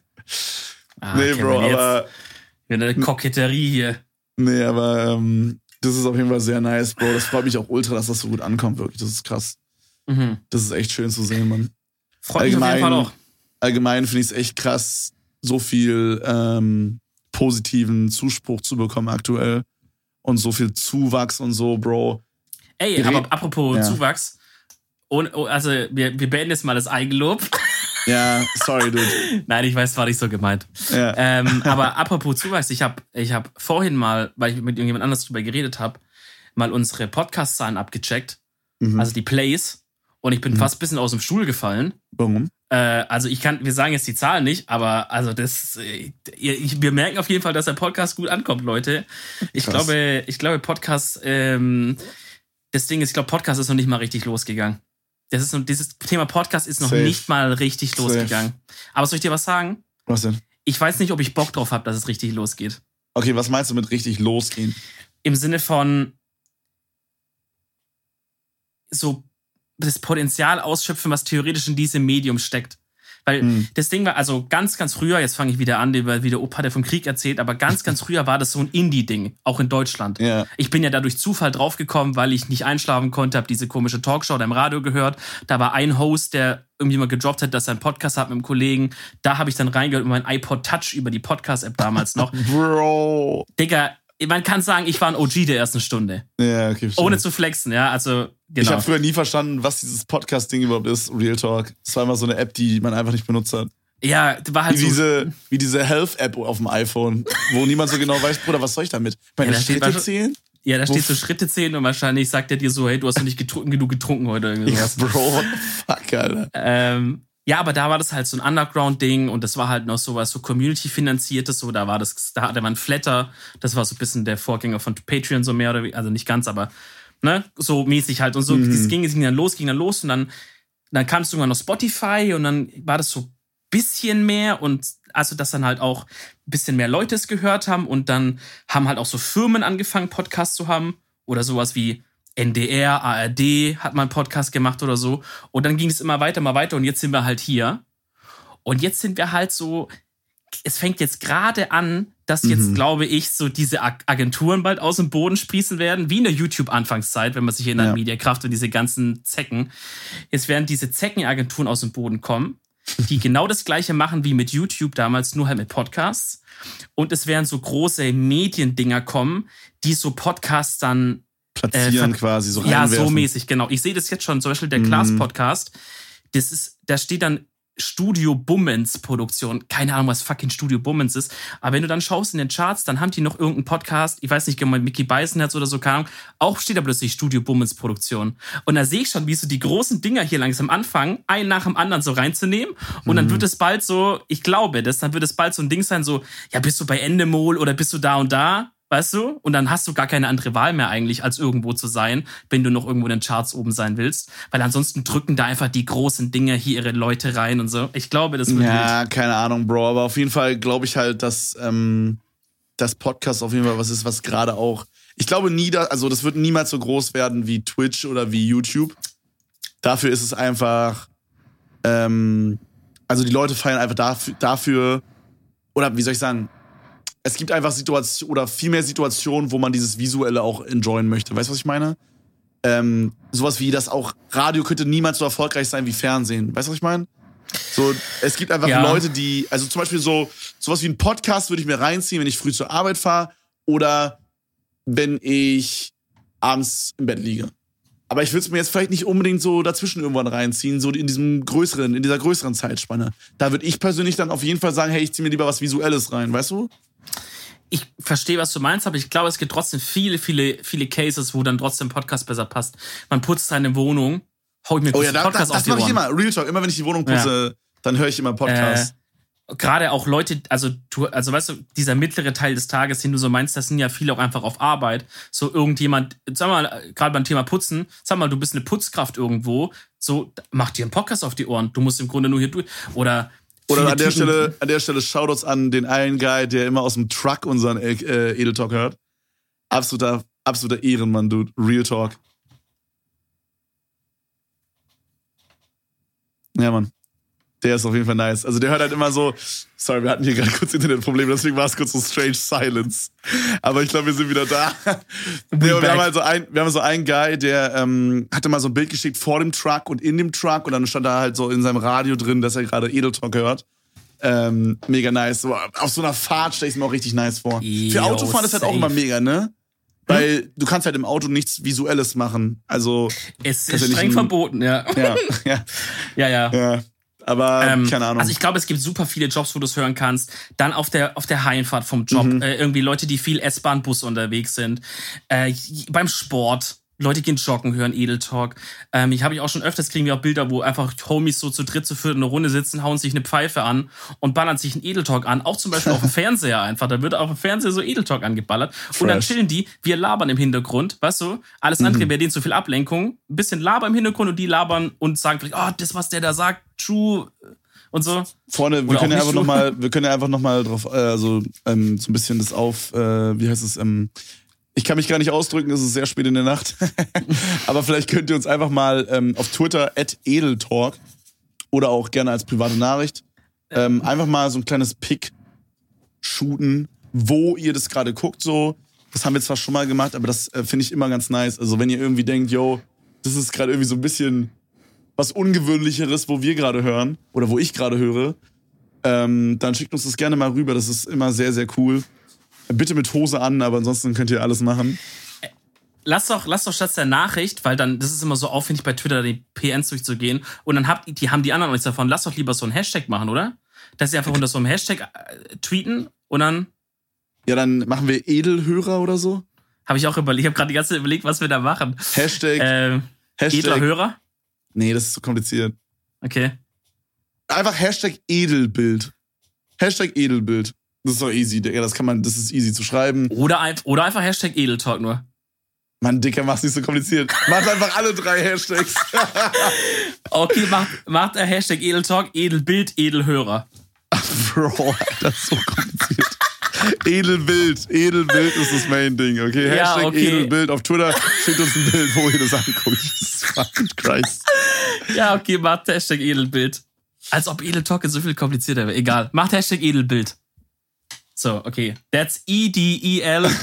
Nee, Bro, aber... Eine Koketterie hier. Nee, aber das ist auf jeden Fall sehr nice, Bro. Das freut mich auch ultra, dass das so gut ankommt, wirklich. Das ist krass. Das ist echt schön zu sehen, Mann. Freut mich auf jeden Fall auch. Allgemein finde ich es echt krass, so viel positiven Zuspruch zu bekommen aktuell. Und so viel Zuwachs und so, Bro. Ey, aber apropos Zuwachs. Also, wir beenden jetzt mal das Eigenlob. Ja, sorry, dude. Nein, ich weiß, es war nicht so gemeint. Ja. Aber apropos Zuwachs, ich hab vorhin mal, weil ich mit irgendjemand anders drüber geredet habe, mal unsere Podcast-Zahlen abgecheckt. Also die Plays. Und ich bin fast ein bisschen aus dem Stuhl gefallen. Warum? Also wir sagen jetzt die Zahlen nicht, aber also wir merken auf jeden Fall, dass der Podcast gut ankommt, Leute. Ich glaube, Podcast, das Ding ist, ich glaube, Podcast ist noch nicht mal richtig losgegangen. Dieses Thema Podcast ist noch nicht mal richtig losgegangen. Aber soll ich dir was sagen? Was denn? Ich weiß nicht, ob ich Bock drauf habe, dass es richtig losgeht. Okay, was meinst du mit richtig losgehen? Im Sinne von so das Potenzial ausschöpfen, was theoretisch in diesem Medium steckt. Weil das Ding war, also ganz, ganz früher, jetzt fange ich wieder an, weil wieder Opa, der vom Krieg erzählt, aber ganz, ganz früher war das so ein Indie-Ding, auch in Deutschland. Ja. Ich bin ja da durch Zufall draufgekommen, weil ich nicht einschlafen konnte, habe diese komische Talkshow da im Radio gehört. Da war ein Host, der irgendwie mal gedroppt hat, dass er einen Podcast hat mit einem Kollegen. Da habe ich dann reingehört mit meinem iPod Touch über die Podcast-App damals noch. Bro. Digga, man kann sagen, ich war ein OG der ersten Stunde. Ja, okay. Verstehe. Ohne zu flexen, ja, also genau. Ich habe früher nie verstanden, was dieses Podcast-Ding überhaupt ist, Real Talk. Das war immer so eine App, die man einfach nicht benutzt hat. Ja, war halt wie diese Health-App auf dem iPhone, wo niemand so genau weiß, Bruder, was soll ich damit? Meine Schritte zählen? Ja, da steht so Schritte zählen und wahrscheinlich sagt er dir so, hey, du hast noch nicht genug getrunken heute. Irgendwie sowas. Ja, Bro, what the fuck, Alter. Ja, aber da war das halt so ein Underground-Ding und das war halt noch sowas so Community-finanziertes, so da hatte man Flatter, das war so ein bisschen der Vorgänger von Patreon, so mehr oder weniger, also nicht ganz, aber ne, so mäßig halt und so, das ging dann los und dann kam es irgendwann noch Spotify und dann war das so ein bisschen mehr und also, dass dann halt auch ein bisschen mehr Leute es gehört haben und dann haben halt auch so Firmen angefangen, Podcasts zu haben oder sowas wie NDR, ARD hat mal einen Podcast gemacht oder so. Und dann ging es immer weiter und jetzt sind wir halt hier. Und jetzt sind wir halt so, es fängt jetzt gerade an, dass jetzt, glaube ich, so diese Agenturen bald aus dem Boden sprießen werden, wie in der YouTube-Anfangszeit, wenn man sich erinnert, Mediakraft und diese ganzen Zecken. Jetzt werden diese Zeckenagenturen aus dem Boden kommen, die genau das Gleiche machen wie mit YouTube damals, nur halt mit Podcasts. Und es werden so große Mediendinger kommen, die so Podcasts dann platzieren quasi, so reinwerfen. Ja, so mäßig, genau. Ich sehe das jetzt schon, zum Beispiel der Klaas-Podcast. Da steht dann Studio Bummens Produktion. Keine Ahnung, was fucking Studio Bummens ist. Aber wenn du dann schaust in den Charts, dann haben die noch irgendeinen Podcast, ich weiß nicht, genau, Mickey Beisenherz oder so, keine Ahnung. Auch steht da plötzlich Studio Bummens Produktion. Und da sehe ich schon, wie so die großen Dinger hier langsam anfangen, einen nach dem anderen so reinzunehmen. Und dann wird es bald so, ich glaube, dann wird es bald so ein Ding sein, so, ja, bist du bei Endemol oder bist du da und da? Weißt du? Und dann hast du gar keine andere Wahl mehr eigentlich, als irgendwo zu sein, wenn du noch irgendwo in den Charts oben sein willst. Weil ansonsten drücken da einfach die großen Dinger hier ihre Leute rein und so. Ich glaube, das wird ja, keine Ahnung, Bro. Aber auf jeden Fall glaube ich halt, dass das Podcast auf jeden Fall was ist, was gerade auch... Ich glaube das wird niemals so groß werden wie Twitch oder wie YouTube. Dafür ist es einfach... also die Leute feiern einfach dafür... Oder wie soll ich sagen... Es gibt einfach Situationen oder viel mehr Situationen, wo man dieses Visuelle auch enjoyen möchte. Weißt du, was ich meine? Sowas wie das auch, Radio könnte niemals so erfolgreich sein wie Fernsehen. Weißt du, was ich meine? So, es gibt einfach Leute, die, also zum Beispiel sowas wie ein Podcast würde ich mir reinziehen, wenn ich früh zur Arbeit fahre oder wenn ich abends im Bett liege. Aber ich würde es mir jetzt vielleicht nicht unbedingt so dazwischen irgendwann reinziehen, so in dieser größeren Zeitspanne. Da würde ich persönlich dann auf jeden Fall sagen, hey, ich ziehe mir lieber was Visuelles rein, weißt du? Ich verstehe, was du meinst, aber ich glaube, es gibt trotzdem viele, viele, viele Cases, wo dann trotzdem Podcast besser passt. Man putzt seine Wohnung, hau ich mir kurz einen Podcast auf die Ohren. Das mache ich immer, Real Talk. Immer wenn ich die Wohnung putze, dann höre ich immer Podcast. Gerade auch Leute, also weißt du, dieser mittlere Teil des Tages, den du so meinst, das sind ja viele auch einfach auf Arbeit. So irgendjemand, sag mal, gerade beim Thema Putzen, sag mal, du bist eine Putzkraft irgendwo, so, mach dir einen Podcast auf die Ohren. Du musst im Grunde nur hier durch. Oder an der Stelle Shoutouts an den einen Guy, der immer aus dem Truck unseren Edel Talk hört. Absoluter Ehrenmann, Dude. Real Talk. Ja, Mann. Der ist auf jeden Fall nice. Also der hört halt immer so, sorry, wir hatten hier gerade kurz Internetprobleme, deswegen war es kurz so strange silence. Aber ich glaube, wir sind wieder da. Wir haben so einen Guy, der hatte mal so ein Bild geschickt vor dem Truck und in dem Truck und dann stand da halt so in seinem Radio drin, dass er gerade Edel Talk hört. Mega nice. So, auf so einer Fahrt stelle ich es mir auch richtig nice vor. Für Autofahren ist halt auch immer mega, ne? Weil du kannst halt im Auto nichts Visuelles machen. Also es ist streng verboten, ja. Ja. Aber keine Ahnung. Also ich glaube, es gibt super viele Jobs, wo du es hören kannst. Dann auf der Heimfahrt vom Job. Irgendwie Leute, die viel S-Bahn, Bus unterwegs sind. Beim Sport. Leute gehen joggen, hören Edel Talk. Ich habe auch schon öfters, kriegen wir auch Bilder, wo einfach Homies so zu dritt, zu viert in einer Runde sitzen, hauen sich eine Pfeife an und ballern sich einen Edel Talk an. Auch zum Beispiel auf dem Fernseher einfach. Da wird auf dem Fernseher so Edel Talk angeballert. Fresh. Und dann chillen die, wir labern im Hintergrund, weißt du? Alles andere wäre denen zu viel Ablenkung. Ein bisschen Labern im Hintergrund und die labern und sagen vielleicht, oh, das, was der da sagt, true und so. Freunde, wir können ja einfach noch mal drauf, so ein bisschen das wie heißt es, ich kann mich gar nicht ausdrücken, es ist sehr spät in der Nacht. Aber vielleicht könnt ihr uns einfach mal auf Twitter @edeltalk oder auch gerne als private Nachricht. Einfach mal so ein kleines Pick shooten, wo ihr das gerade guckt, so. Das haben wir zwar schon mal gemacht, aber das finde ich immer ganz nice. Also wenn ihr irgendwie denkt, yo, das ist gerade irgendwie so ein bisschen was Ungewöhnlicheres, wo wir gerade hören oder wo ich gerade höre, dann schickt uns das gerne mal rüber. Das ist immer sehr, sehr cool. Bitte mit Hose an, aber ansonsten könnt ihr alles machen. Lass doch statt der Nachricht, weil dann, das ist immer so aufwendig bei Twitter, die PNs durchzugehen und dann haben die anderen auch nichts davon. Lass doch lieber so einen Hashtag machen, oder? Dass sie einfach unter so einem Hashtag tweeten und dann... Ja, dann machen wir Edelhörer oder so. Habe ich auch überlegt. Ich habe gerade die ganze Zeit überlegt, was wir da machen. Hashtag edler Hörer? Nee, das ist zu kompliziert. Okay. Einfach Hashtag Edelbild. Hashtag Edelbild. Das ist doch easy, Digga. Das ist easy zu schreiben. Oder einfach Hashtag Edeltalk nur. Mann, Dicker, mach's nicht so kompliziert. Macht einfach alle 3 Hashtags. Okay, macht der Hashtag Edeltalk, Edelbild, Edelhörer. Bro, das ist so kompliziert. Edelbild ist das Main-Ding, okay? Ja, Hashtag okay. Edelbild auf Twitter. Schickt uns ein Bild, wo ihr das anguckt. Jesus fucking Christ. Ja, okay, macht Hashtag Edelbild. Als ob Edeltalk so viel komplizierter wäre. Egal. Macht Hashtag Edelbild. So, okay. That's EDELBILD.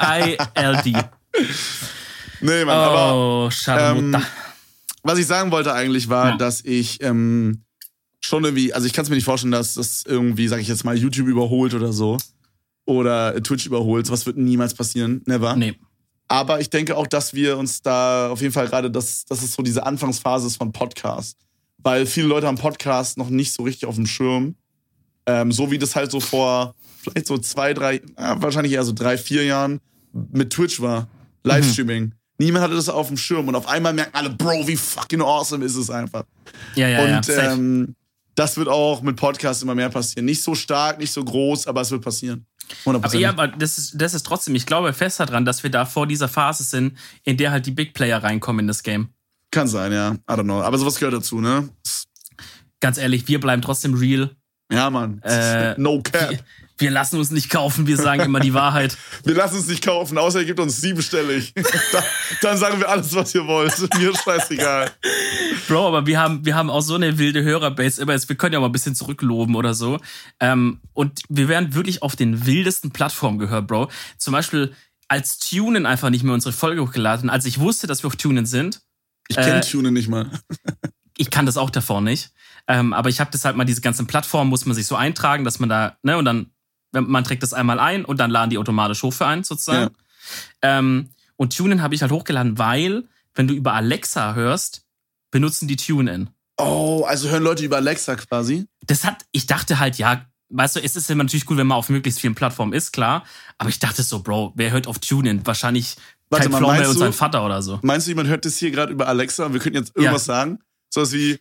Nee, Mann, aber... Oh, schade. Was ich sagen wollte eigentlich war, dass ich schon irgendwie... Also ich kann es mir nicht vorstellen, dass das irgendwie, sag ich jetzt mal, YouTube überholt oder so. Oder Twitch überholt. Was wird niemals passieren. Never. Nee. Aber ich denke auch, dass wir uns da auf jeden Fall gerade, dass es so diese Anfangsphase ist von Podcast. Weil viele Leute haben Podcast noch nicht so richtig auf dem Schirm. So wie das halt so vor vielleicht so 2, 3, wahrscheinlich eher so 3, 4 Jahren mit Twitch war. Livestreaming. Niemand hatte das auf dem Schirm. Und auf einmal merken alle, Bro, wie fucking awesome ist es einfach. Ja. Und das wird auch mit Podcasts immer mehr passieren. Nicht so stark, nicht so groß, aber es wird passieren. 100%. Aber das ist trotzdem, ich glaube fest daran, dass wir da vor dieser Phase sind, in der halt die Big Player reinkommen in das Game. Kann sein, ja. I don't know. Aber sowas gehört dazu, ne? Ganz ehrlich, wir bleiben trotzdem real. Ja, Mann. No cap. Wir lassen uns nicht kaufen, wir sagen immer die Wahrheit. Wir lassen uns nicht kaufen, außer ihr gebt uns 7-stellig. Dann sagen wir alles, was ihr wollt. Mir ist scheißegal. Bro, aber wir haben auch so eine wilde Hörerbase. Wir können ja mal ein bisschen zurückloben oder so. Und wir werden wirklich auf den wildesten Plattformen gehört, Bro. Zum Beispiel als TuneIn einfach nicht mehr unsere Folge hochgeladen. Als ich wusste, dass wir auf TuneIn sind. Ich kenne TuneIn nicht mal. Ich kann das auch davor nicht. Aber ich habe das halt mal, diese ganzen Plattformen muss man sich so eintragen, dass man da, ne, und dann, man trägt das einmal ein und dann laden die automatisch hoch für einen, sozusagen. Ja. Und TuneIn habe ich halt hochgeladen, weil, wenn du über Alexa hörst, benutzen die TuneIn. Oh, also hören Leute über Alexa quasi? Ich dachte halt, ja, weißt du, es ist immer natürlich gut, wenn man auf möglichst vielen Plattformen ist, klar. Aber ich dachte so, Bro, wer hört auf TuneIn? Wahrscheinlich kein Pflaume und sein Vater oder so. Meinst du, jemand hört das hier gerade über Alexa und wir könnten jetzt irgendwas sagen? So was wie,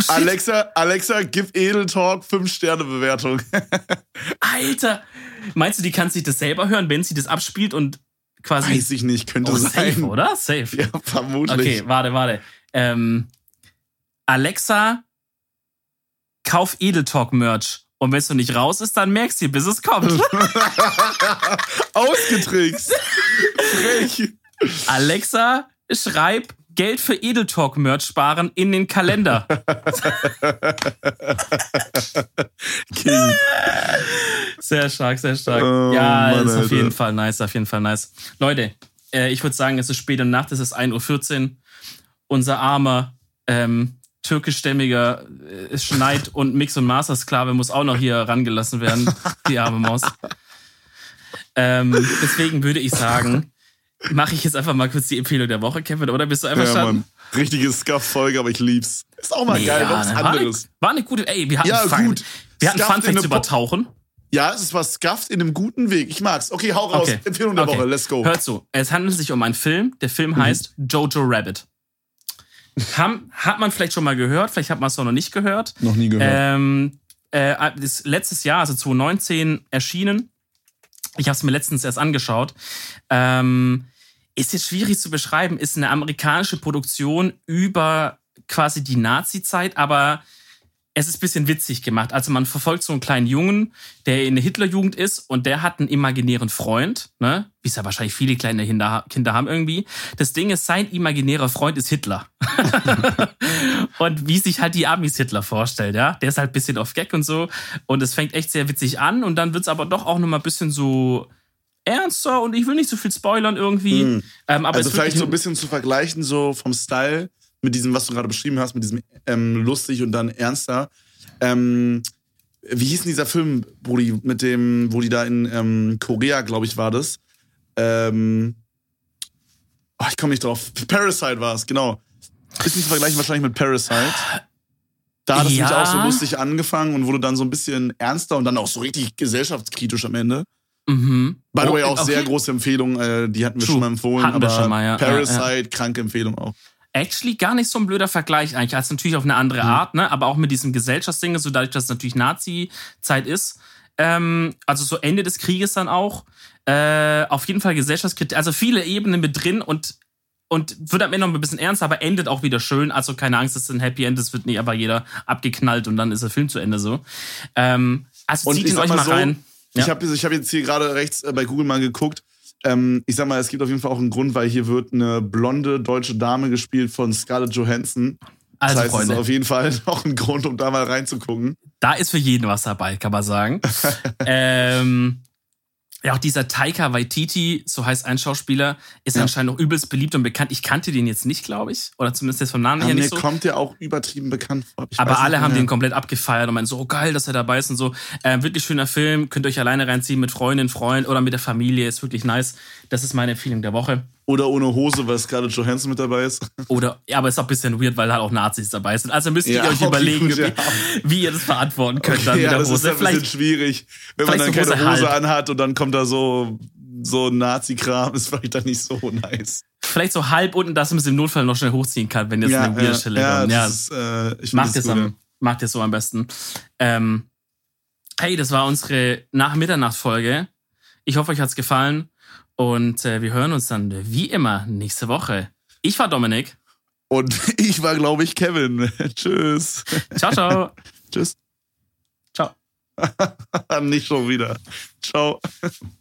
Alexa, gib Edeltalk 5-Sterne-Bewertung. Alter! Meinst du, die kann sich das selber hören, wenn sie das abspielt und quasi... Weiß ich nicht, könnte sein. Safe, oder? Safe. Ja, vermutlich. Okay, warte. Alexa, kauf Edeltalk-Merch. Und wenn es noch nicht raus ist, dann merkst du, bis es kommt. Ausgetrickst. Frech. Alexa, schreib Geld für Edeltalk-Merch sparen in den Kalender. King. Sehr stark. Oh, ja, Mann, ist auf Alter. jeden Fall nice. Leute, ich würde sagen, es ist späte Nacht, es ist 1:14 Uhr. Unser armer, türkischstämmiger Schneid- und Mix- und Master-Sklave muss auch noch hier rangelassen werden, die arme Maus. Deswegen würde ich sagen, mache ich jetzt einfach mal kurz die Empfehlung der Woche, Kevin, oder bist du einverstanden? Ja, Mann. Richtige Scuff-Folge, aber ich lieb's. Ist auch mal geil, was anderes. War eine gute, wir hatten gut. Wir hatten Funfacts über Tauchen. Ja, es ist was Scuffed in einem guten Weg. Ich mag's. Okay, hau raus. Okay. Empfehlung der Woche, let's go. Hört zu, es handelt sich um einen Film. Der Film heißt Jojo Rabbit. Hat man vielleicht schon mal gehört, vielleicht hat man es noch nicht gehört. Noch nie gehört. Ist letztes Jahr, also 2019, erschienen. Ich habe es mir letztens erst angeschaut. Ist jetzt schwierig zu beschreiben, ist eine amerikanische Produktion über quasi die Nazi-Zeit, aber es ist ein bisschen witzig gemacht. Also man verfolgt so einen kleinen Jungen, der in der Hitlerjugend ist und der hat einen imaginären Freund, ne? Wie es ja wahrscheinlich viele kleine Kinder haben irgendwie. Das Ding ist, sein imaginärer Freund ist Hitler. Und wie sich halt die Amis Hitler vorstellt, ja? Der ist halt ein bisschen auf Gag und so. Und es fängt echt sehr witzig an und dann wird's aber doch auch nochmal ein bisschen so ernster und ich will nicht so viel spoilern irgendwie. Aber also vielleicht so ein bisschen zu vergleichen, so vom Style mit diesem, was du gerade beschrieben hast, mit diesem lustig und dann ernster. Wie hieß denn dieser Film, Brudi, mit dem, wo die da in Korea, glaube ich, war das. Ich komme nicht drauf. Parasite war es, genau. Bisschen zu vergleichen wahrscheinlich mit Parasite. Da hat es nämlich auch so lustig angefangen und wurde dann so ein bisschen ernster und dann auch so richtig gesellschaftskritisch am Ende. By the way, auch sehr große Empfehlung, die hatten wir schon mal empfohlen, aber schon mal, Parasite, kranke Empfehlung auch. Actually gar nicht so ein blöder Vergleich eigentlich, also natürlich auf eine andere Art, ne? Aber auch mit diesem Gesellschaftsding, so dadurch, dass es natürlich Nazi-Zeit ist, also so Ende des Krieges dann auch, auf jeden Fall Gesellschaftskritik, also viele Ebenen mit drin und wird am Ende noch ein bisschen ernster, aber endet auch wieder schön, also keine Angst, es ist ein Happy End, es wird nicht aber jeder abgeknallt und dann ist der Film zu Ende so. Also zieht ihn euch mal rein. Ja. Ich hab jetzt hier gerade rechts bei Google mal geguckt. Ich sag mal, es gibt auf jeden Fall auch einen Grund, weil hier wird eine blonde deutsche Dame gespielt von Scarlett Johansson. Das heißt, Freunde, es ist auf jeden Fall noch ein Grund, um da mal reinzugucken. Da ist für jeden was dabei, kann man sagen. Ja, auch dieser Taika Waititi, so heißt ein Schauspieler, ist anscheinend noch übelst beliebt und bekannt. Ich kannte den jetzt nicht, glaube ich. Oder zumindest jetzt vom Namen her nicht so. Mir kommt der auch übertrieben bekannt vor. Aber alle haben den komplett abgefeiert und meinen so, oh geil, dass er dabei ist und so. Wirklich schöner Film, könnt ihr euch alleine reinziehen mit Freundin, Freund oder mit der Familie. Ist wirklich nice. Das ist meine Empfehlung der Woche. Oder ohne Hose, weil Scarlett Johansson mit dabei ist. Oder, ja, aber ist auch ein bisschen weird, weil halt auch Nazis dabei sind. Also müsst ihr euch überlegen, wie ihr das verantworten könnt dann mit der Hose. Das ist ein bisschen schwierig, wenn man dann keine Hose anhat und dann kommt da so Nazi-Kram, ist vielleicht dann nicht so nice. Vielleicht so halb unten, dass man es im Notfall noch schnell hochziehen kann, wenn jetzt eine weirde Stelle kommt. Macht ihr so am besten. Hey, das war unsere Nach-Mitternacht-Folge. Ich hoffe, euch hat's gefallen. Und wir hören uns dann wie immer nächste Woche. Ich war Dominik. Und ich war, glaube ich, Kevin. Tschüss. Ciao, ciao. Tschüss. Ciao. Nicht schon wieder. Ciao.